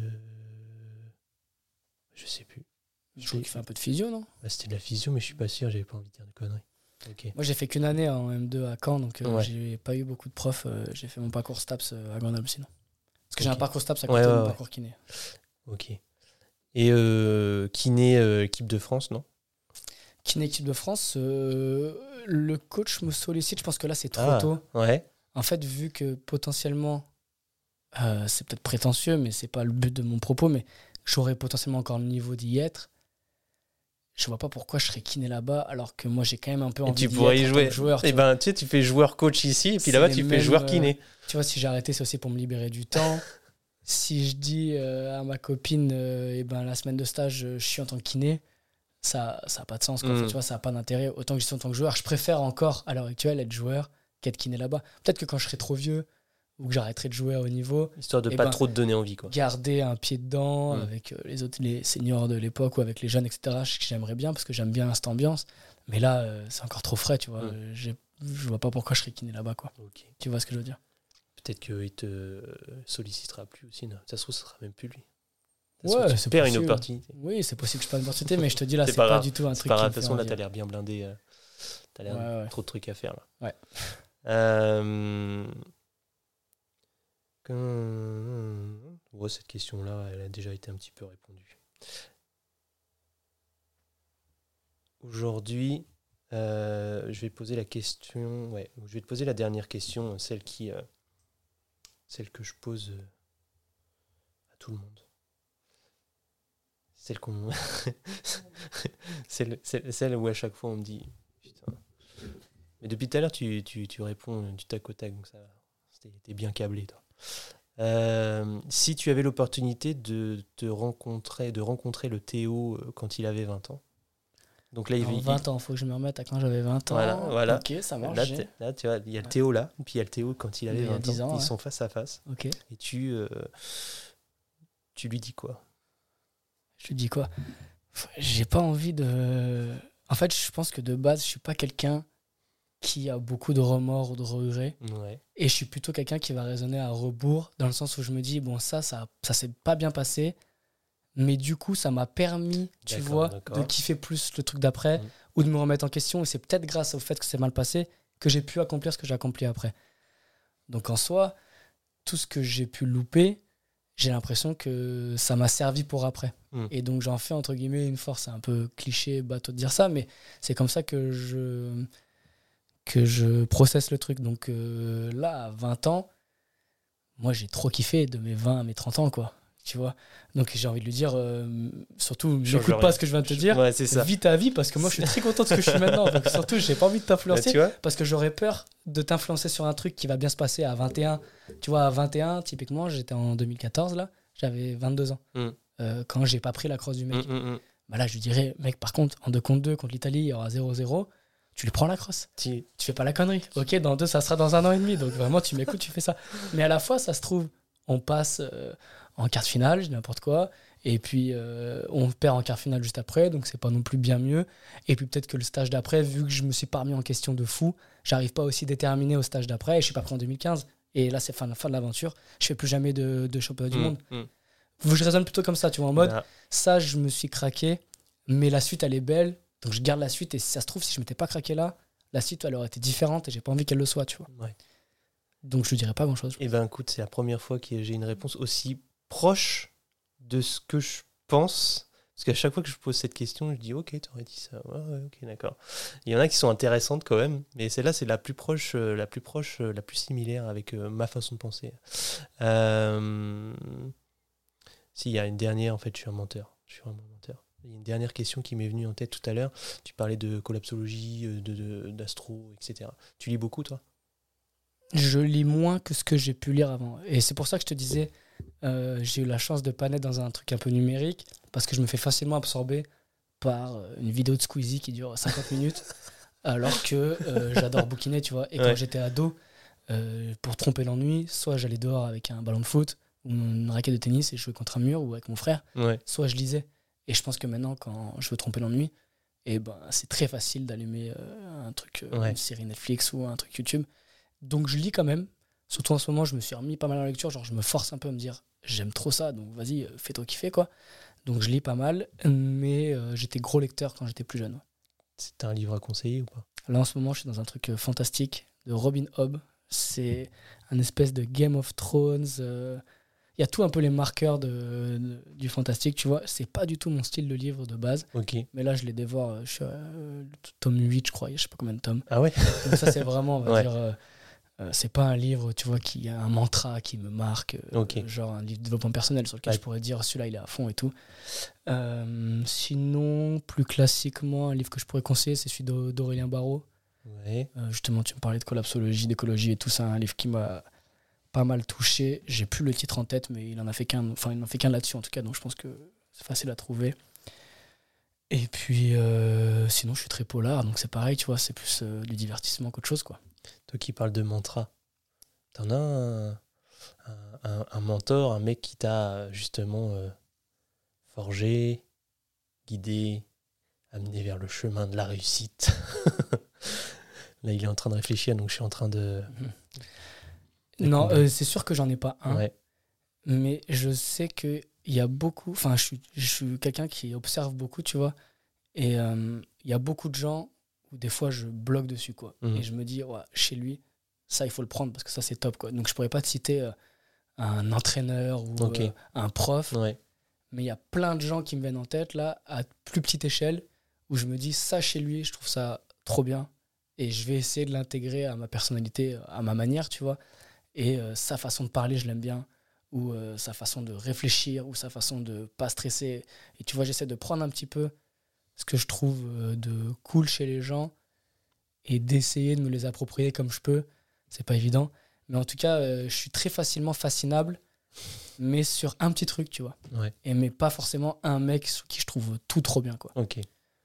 S2: Je sais plus.
S3: Je crois qu'il fait un peu de physio, non?
S2: Bah, c'était de la physio, mais je suis pas sûr, j'avais pas envie de dire de conneries. Ok.
S3: Moi, j'ai fait qu'une année en M2 à Caen, donc
S2: Ouais.
S3: j'ai pas eu beaucoup de profs. J'ai fait mon parcours STAPS à Grenoble sinon. Parce que j'ai
S2: Ok.
S3: un parcours STAPS à côté de mon parcours kiné.
S2: Ok. Et kiné, équipe de France, non?
S3: Kiné équipe de France, le coach me sollicite, je pense que là c'est trop tôt.
S2: Ouais.
S3: En fait, vu que potentiellement, c'est peut-être prétentieux, mais c'est pas le but de mon propos, mais j'aurais potentiellement encore le niveau d'y être. Je vois pas pourquoi je serais kiné là-bas, alors que moi j'ai quand même un peu
S2: Et
S3: envie
S2: tu
S3: d'y
S2: pourrais y
S3: être en tant
S2: jouer.
S3: que joueur.
S2: Et ben, tu sais, tu fais joueur-coach ici, et puis
S3: C'est
S2: là-bas,
S3: les
S2: tu fais
S3: mêmes,
S2: joueur-kiné.
S3: Tu vois, si j'ai arrêté, c'est aussi pour me libérer du temps. Si je dis à ma copine, eh ben, la semaine de stage, je suis en tant que kiné, ça n'a pas de sens. Quoi. Enfin, tu vois, ça n'a pas d'intérêt. Autant que je suis en tant que joueur, je préfère encore, à l'heure actuelle, être joueur qu'être kiné là-bas. Peut-être que quand je serai trop vieux ou que j'arrêterai de jouer à haut niveau,
S2: Histoire de
S3: eh
S2: pas
S3: ben,
S2: trop te donner envie, quoi.
S3: garder un pied dedans avec les seniors de l'époque ou avec les jeunes, etc. J'aimerais bien parce que j'aime bien cette ambiance. Mais là, c'est encore trop frais, tu vois. Je vois pas pourquoi je serais kiné là-bas, quoi.
S2: Ok.
S3: Tu vois ce que je veux dire?
S2: Peut-être qu'il te sollicitera plus aussi. Non. Ça se trouve, ce sera même plus lui.
S3: Ouais,
S2: tu perds une opportunité.
S3: Oui, c'est possible que je perds une opportunité, mais je te dis là,
S2: C'est
S3: c'est
S2: pas
S3: pas
S2: grave.
S3: du tout un
S2: C'est
S3: truc
S2: pas
S3: qui
S2: grave.
S3: me
S2: De toute
S3: fait
S2: façon, là,
S3: envie.
S2: t'as l'air bien blindé. T'as l'air de trop de trucs à faire, là.
S3: Ouais.
S2: Ouais, cette question-là, elle a déjà été un petit peu répondue. Aujourd'hui, je vais poser la question. Ouais, je vais te poser la dernière question, celle que je pose à tout le monde. Celle qu'on, celle où à chaque fois on me dit, putain. Mais depuis tout à l'heure, tu réponds du tac au tac, donc ça, t'es bien câblé, toi. Si tu avais l'opportunité de rencontrer le Théo quand il avait 20 ans. Donc là, il
S3: 20 ans, faut que je me remette à quand j'avais 20 ans.
S2: Voilà.
S3: Ok, ça marche.
S2: Là, tu vois, il y a le Théo là, puis il y a le Théo quand il avait 20
S3: 10 ans.
S2: Ils sont face à face.
S3: Ok.
S2: Et tu lui dis quoi?
S3: Je lui dis quoi? J'ai pas envie de... En fait, je pense que de base, je suis pas quelqu'un qui a beaucoup de remords ou de regrets.
S2: Ouais.
S3: Et je suis plutôt quelqu'un qui va raisonner à rebours, dans le sens où je me dis, bon, ça s'est pas bien passé, mais du coup, ça m'a permis, tu vois, de kiffer plus le truc d'après, ou de me remettre en question, et c'est peut-être grâce au fait que c'est mal passé que j'ai pu accomplir ce que j'ai accompli après. Donc en soi, tout ce que j'ai pu louper, j'ai l'impression que ça m'a servi pour après. Et donc j'en fais entre guillemets une force. C'est un peu cliché, bateau de dire ça, mais c'est comme ça que je processe le truc. Donc là, à 20 ans, moi j'ai trop kiffé de mes 20 à mes 30 ans, quoi. Tu vois, donc j'ai envie de lui dire, surtout, j'écoute pas ce que je viens de te dire,
S2: ouais, c'est ça.
S3: Vis ta vie, parce que moi je suis très content de ce que je suis maintenant. Donc surtout, j'ai pas envie de t'influencer, parce que j'aurais peur de t'influencer sur un truc qui va bien se passer à 21. Tu vois, à 21, typiquement, j'étais en 2014, là, j'avais 22 ans. Quand j'ai pas pris la crosse du mec. Bah là, je lui dirais, mec, par contre, en 2 contre 2 contre l'Italie, il y aura 0-0. Tu lui prends la crosse. Tu fais pas la connerie. Ok, dans 2, ça sera dans 1 an et demi. Donc vraiment, tu m'écoutes, tu fais ça. Mais à la fois, ça se trouve, on passe en quart de finale, je dis n'importe quoi. Et puis, on perd en quart finale juste après. Donc, c'est pas non plus bien mieux. Et puis, peut-être que le stage d'après, vu que je me suis pas remis en question de fou, j'arrive pas aussi déterminé au stage d'après. Et je suis pas pris en 2015. Et là, c'est fin de l'aventure. Je fais plus jamais de championnat du monde. Je raisonne plutôt comme ça, tu vois, en mode, ça, je me suis craqué, mais la suite, elle est belle. Donc, je garde la suite. Et si ça se trouve, si je m'étais pas craqué là, la suite, elle aurait été différente. Et j'ai pas envie qu'elle le soit, tu vois.
S2: Ouais.
S3: Donc, je lui dirais pas grand-chose.
S2: Eh ben, écoute, c'est la première fois que j'ai une réponse aussi proche de ce que je pense. Parce qu'à chaque fois que je pose cette question, je dis ok, t'aurais dit ça. Ouais, ok, d'accord. Il y en a qui sont intéressantes quand même, mais celle-là, c'est la plus proche, la plus similaire avec ma façon de penser. Si, il y a une dernière, en fait, je suis un menteur. Je suis vraiment un menteur. Il y a une dernière question qui m'est venue en tête tout à l'heure. Tu parlais de collapsologie, d'astro, etc. Tu lis beaucoup, toi ?
S3: Je lis moins que ce que j'ai pu lire avant. Et c'est pour ça que je te disais, j'ai eu la chance de pas naître dans un truc un peu numérique, parce que je me fais facilement absorber par une vidéo de Squeezie qui dure 50 minutes, alors que j'adore bouquiner, tu vois. Et quand j'étais ado, pour tromper l'ennui, soit j'allais dehors avec un ballon de foot ou une raquette de tennis et je jouais contre un mur ou avec mon frère, soit je lisais. Et je pense que maintenant, quand je veux tromper l'ennui, c'est très facile d'allumer un truc, une série Netflix ou un truc YouTube. Donc je lis quand même, Surtout en ce moment, je me suis remis pas mal à la lecture. Genre, je me force un peu à me dire, j'aime trop ça, donc vas-y, fais-toi kiffer, quoi. Donc, je lis pas mal, mais j'étais gros lecteur quand j'étais plus jeune. Ouais.
S2: C'est un livre à conseiller ou pas?
S3: Là, en ce moment, je suis dans un truc fantastique de Robin Hobb. C'est un espèce de Game of Thrones. Il y a tout un peu les marqueurs du fantastique, tu vois. C'est pas du tout mon style de livre de base.
S2: Ok.
S3: Mais là, je les dévore. Je suis à tome 8, je crois. Je sais pas combien de tomes.
S2: Ah ouais?
S3: Donc ça, c'est vraiment, on va
S2: Ouais.
S3: dire... c'est pas un livre, tu vois, qui a un mantra qui me marque,
S2: Ok.
S3: genre un livre de développement personnel sur lequel
S2: Ouais.
S3: je pourrais dire celui-là il est à fond et tout. Sinon, plus classiquement, un livre que je pourrais conseiller, c'est celui d'Aurélien Barraud.
S2: Ouais.
S3: Justement, tu me parlais de collapsologie, d'écologie et tout ça, un livre qui m'a pas mal touché. J'ai plus le titre en tête, mais il en a fait qu'un, enfin il en a fait qu'un là-dessus en tout cas, donc je pense que c'est facile à trouver. Et puis, sinon, je suis très polar, donc c'est pareil, tu vois, c'est plus du divertissement qu'autre chose, quoi.
S2: Toi qui parles de mantra, t'en as un mentor, un mec qui t'a justement forgé, guidé, amené vers le chemin de la réussite. Là, il est en train de réfléchir, donc je suis en train de...
S3: Non, c'est sûr que j'en ai pas un,
S2: Ouais.
S3: mais je sais qu'il y a beaucoup... Enfin, je suis quelqu'un qui observe beaucoup, tu vois, et il y a beaucoup de gens où des fois je bloque dessus, quoi. Et je me dis, ouais, chez lui, ça, il faut le prendre, parce que ça, c'est top, quoi. Donc, je pourrais pas te citer un entraîneur ou un prof,
S2: Ouais.
S3: mais il y a plein de gens qui me viennent en tête, là, à plus petite échelle, où je me dis, ça, chez lui, je trouve ça trop bien, et je vais essayer de l'intégrer à ma personnalité, à ma manière, tu vois. Et sa façon de parler, je l'aime bien, ou sa façon de réfléchir, ou sa façon de pas stresser. Et tu vois, j'essaie de prendre un petit peu ce que je trouve de cool chez les gens et d'essayer de me les approprier comme je peux. C'est pas évident. Mais en tout cas, je suis très facilement fascinable, mais sur un petit truc, tu vois.
S2: Ouais.
S3: Et mais pas forcément un mec sur qui je trouve tout trop bien, quoi.
S2: Ok.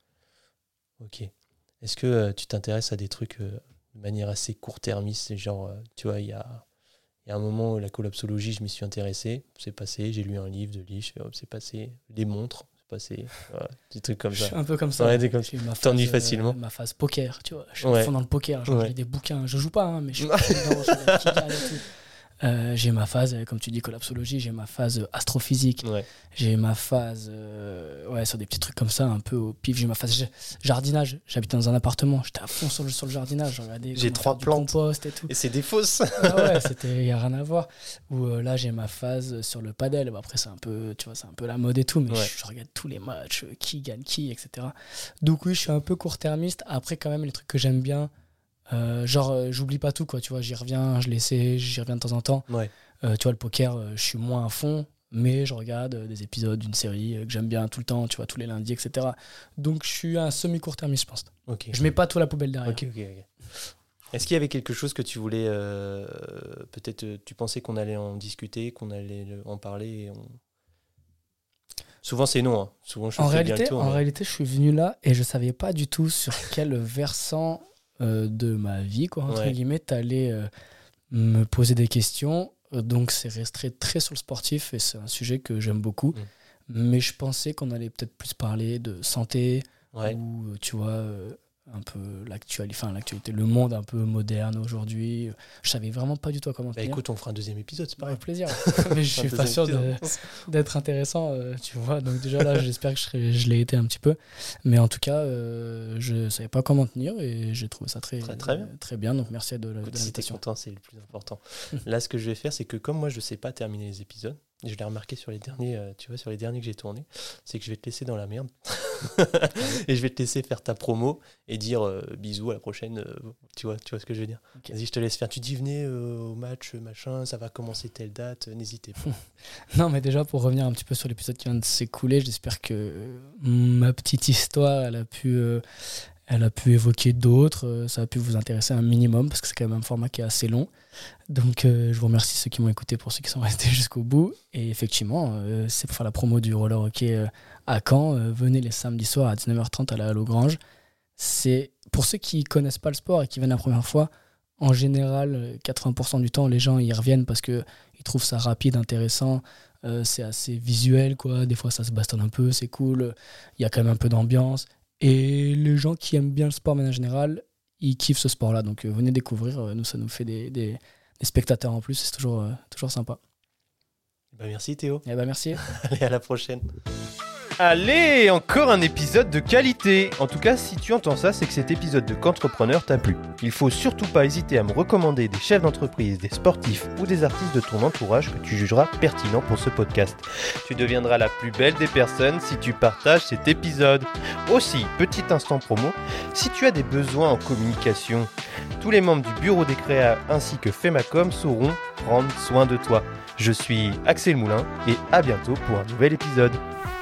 S2: Est-ce que tu t'intéresses à des trucs de manière assez court-termiste? Genre, tu vois, il y a un moment où la collapsologie, je m'y suis intéressé. C'est passé, j'ai lu un livre de Lich, c'est passé. Les montres, c'est passé. Voilà, des trucs comme
S3: Je
S2: ça.
S3: suis un peu comme ça.
S2: Ouais, t'es comme ça.
S3: J'ai eu ma
S2: T'ennuies
S3: phase,
S2: facilement.
S3: ma phase poker, tu vois. Je suis à
S2: Ouais.
S3: fond dans le poker. Genre,
S2: Ouais.
S3: je lis des bouquins. Je joue pas, hein, mais je suis dedans, je regarde qui gagne et tout. J'ai ma phase, comme tu dis, collapsologie. J'ai ma phase astrophysique.
S2: Ouais.
S3: J'ai ma phase sur des petits trucs comme ça, un peu au pif. J'ai ma phase jardinage. J'habitais dans un appartement. J'étais à fond sur le jardinage. Je regardais
S2: J'ai
S3: comment
S2: 3
S3: faire du
S2: plantes.
S3: compost et tout.
S2: Et c'est des fausses.
S3: Ah ouais, il n'y a rien à voir. Ou là, j'ai ma phase sur le padel. Bon, après, c'est un peu, tu vois, c'est un peu la mode et tout, mais
S2: Ouais.
S3: je regarde tous les matchs, qui gagne qui, etc. Donc oui, je suis un peu court-termiste. Après, quand même, les trucs que j'aime bien, j'oublie pas tout, quoi. Tu vois, j'y reviens de temps en temps.
S2: Ouais.
S3: Tu vois, le poker, je suis moins à fond, mais je regarde des épisodes d'une série que j'aime bien tout le temps, tu vois, tous les lundis, etc. Donc je suis un semi-court-termiste, je pense.
S2: Ok.
S3: Je mets pas tout à la poubelle derrière.
S2: Ok. Est-ce qu'il y avait quelque chose que tu voulais... peut-être tu pensais qu'on allait en discuter, qu'on allait en parler et Souvent c'est non. Hein. Souvent je
S3: En
S2: fais bien le
S3: réalité,
S2: tour.
S3: en
S2: mais-
S3: réalité, je suis venu là et je savais pas du tout sur quel versant de ma vie, quoi, entre
S2: Ouais.
S3: guillemets, t'allais me poser des questions. Donc c'est resté très sur le sportif et c'est un sujet que j'aime beaucoup. Mais je pensais qu'on allait peut-être plus parler de santé
S2: Ouais.
S3: ou, tu vois, un peu l'actualité, le monde un peu moderne aujourd'hui. Je savais vraiment pas du tout à comment
S2: Bah
S3: tenir.
S2: écoute, on fera un deuxième épisode, c'est pas grave.
S3: Avec plaisir. Mais je suis
S2: Un
S3: pas sûr
S2: deuxième épisode.
S3: d'être intéressant, tu vois. Donc déjà là, j'espère que je l'ai été un petit peu. Mais en tout cas, je savais pas comment tenir et j'ai trouvé ça très
S2: bien.
S3: très bien. Donc merci de
S2: Écoute, si t'es
S3: l'invitation.
S2: content, c'est le plus important. Là, ce que je vais faire, c'est que comme moi, je sais pas terminer les épisodes, je l'ai remarqué sur les derniers, tu vois, sur les derniers que j'ai tournés, c'est que je vais te laisser dans la merde. Et je vais te laisser faire ta promo et dire bisous à la prochaine. Tu vois ce que je veux dire.
S3: Ok.
S2: Vas-y, je te laisse faire. Tu dis venez au match, machin, ça va commencer telle date, n'hésitez pas.
S3: Non, mais déjà, pour revenir un petit peu sur l'épisode qui vient de s'écouler, j'espère que ma petite histoire, elle a pu évoquer d'autres, ça a pu vous intéresser un minimum, parce que c'est quand même un format qui est assez long. Donc, je vous remercie ceux qui m'ont écouté, pour ceux qui sont restés jusqu'au bout. Et effectivement, c'est pour faire la promo du roller hockey à Caen. Venez les samedis soirs à 19h30 à la Halle aux Granges. C'est pour ceux qui connaissent pas le sport et qui viennent la première fois. En général, 80% du temps, les gens y reviennent parce qu'ils trouvent ça rapide, intéressant. C'est assez visuel, quoi. Des fois, ça se bastonne un peu, c'est cool. Il y a quand même un peu d'ambiance. Et les gens qui aiment bien le sport, mais en général, ils kiffent ce sport-là. Donc, venez découvrir. Nous, ça nous fait des spectateurs en plus, c'est toujours sympa.
S2: Merci Théo.
S3: Merci.
S2: Allez, à la prochaine. Allez, encore un épisode de qualité. En tout cas, si tu entends ça, c'est que cet épisode de Qu'entrepreneur t'a plu. Il faut surtout pas hésiter à me recommander des chefs d'entreprise, des sportifs ou des artistes de ton entourage que tu jugeras pertinents pour ce podcast. Tu deviendras la plus belle des personnes si tu partages cet épisode. Aussi, petit instant promo, si tu as des besoins en communication, tous les membres du bureau des créas ainsi que Femacom sauront prendre soin de toi. Je suis Axel Moulin et à bientôt pour un nouvel épisode.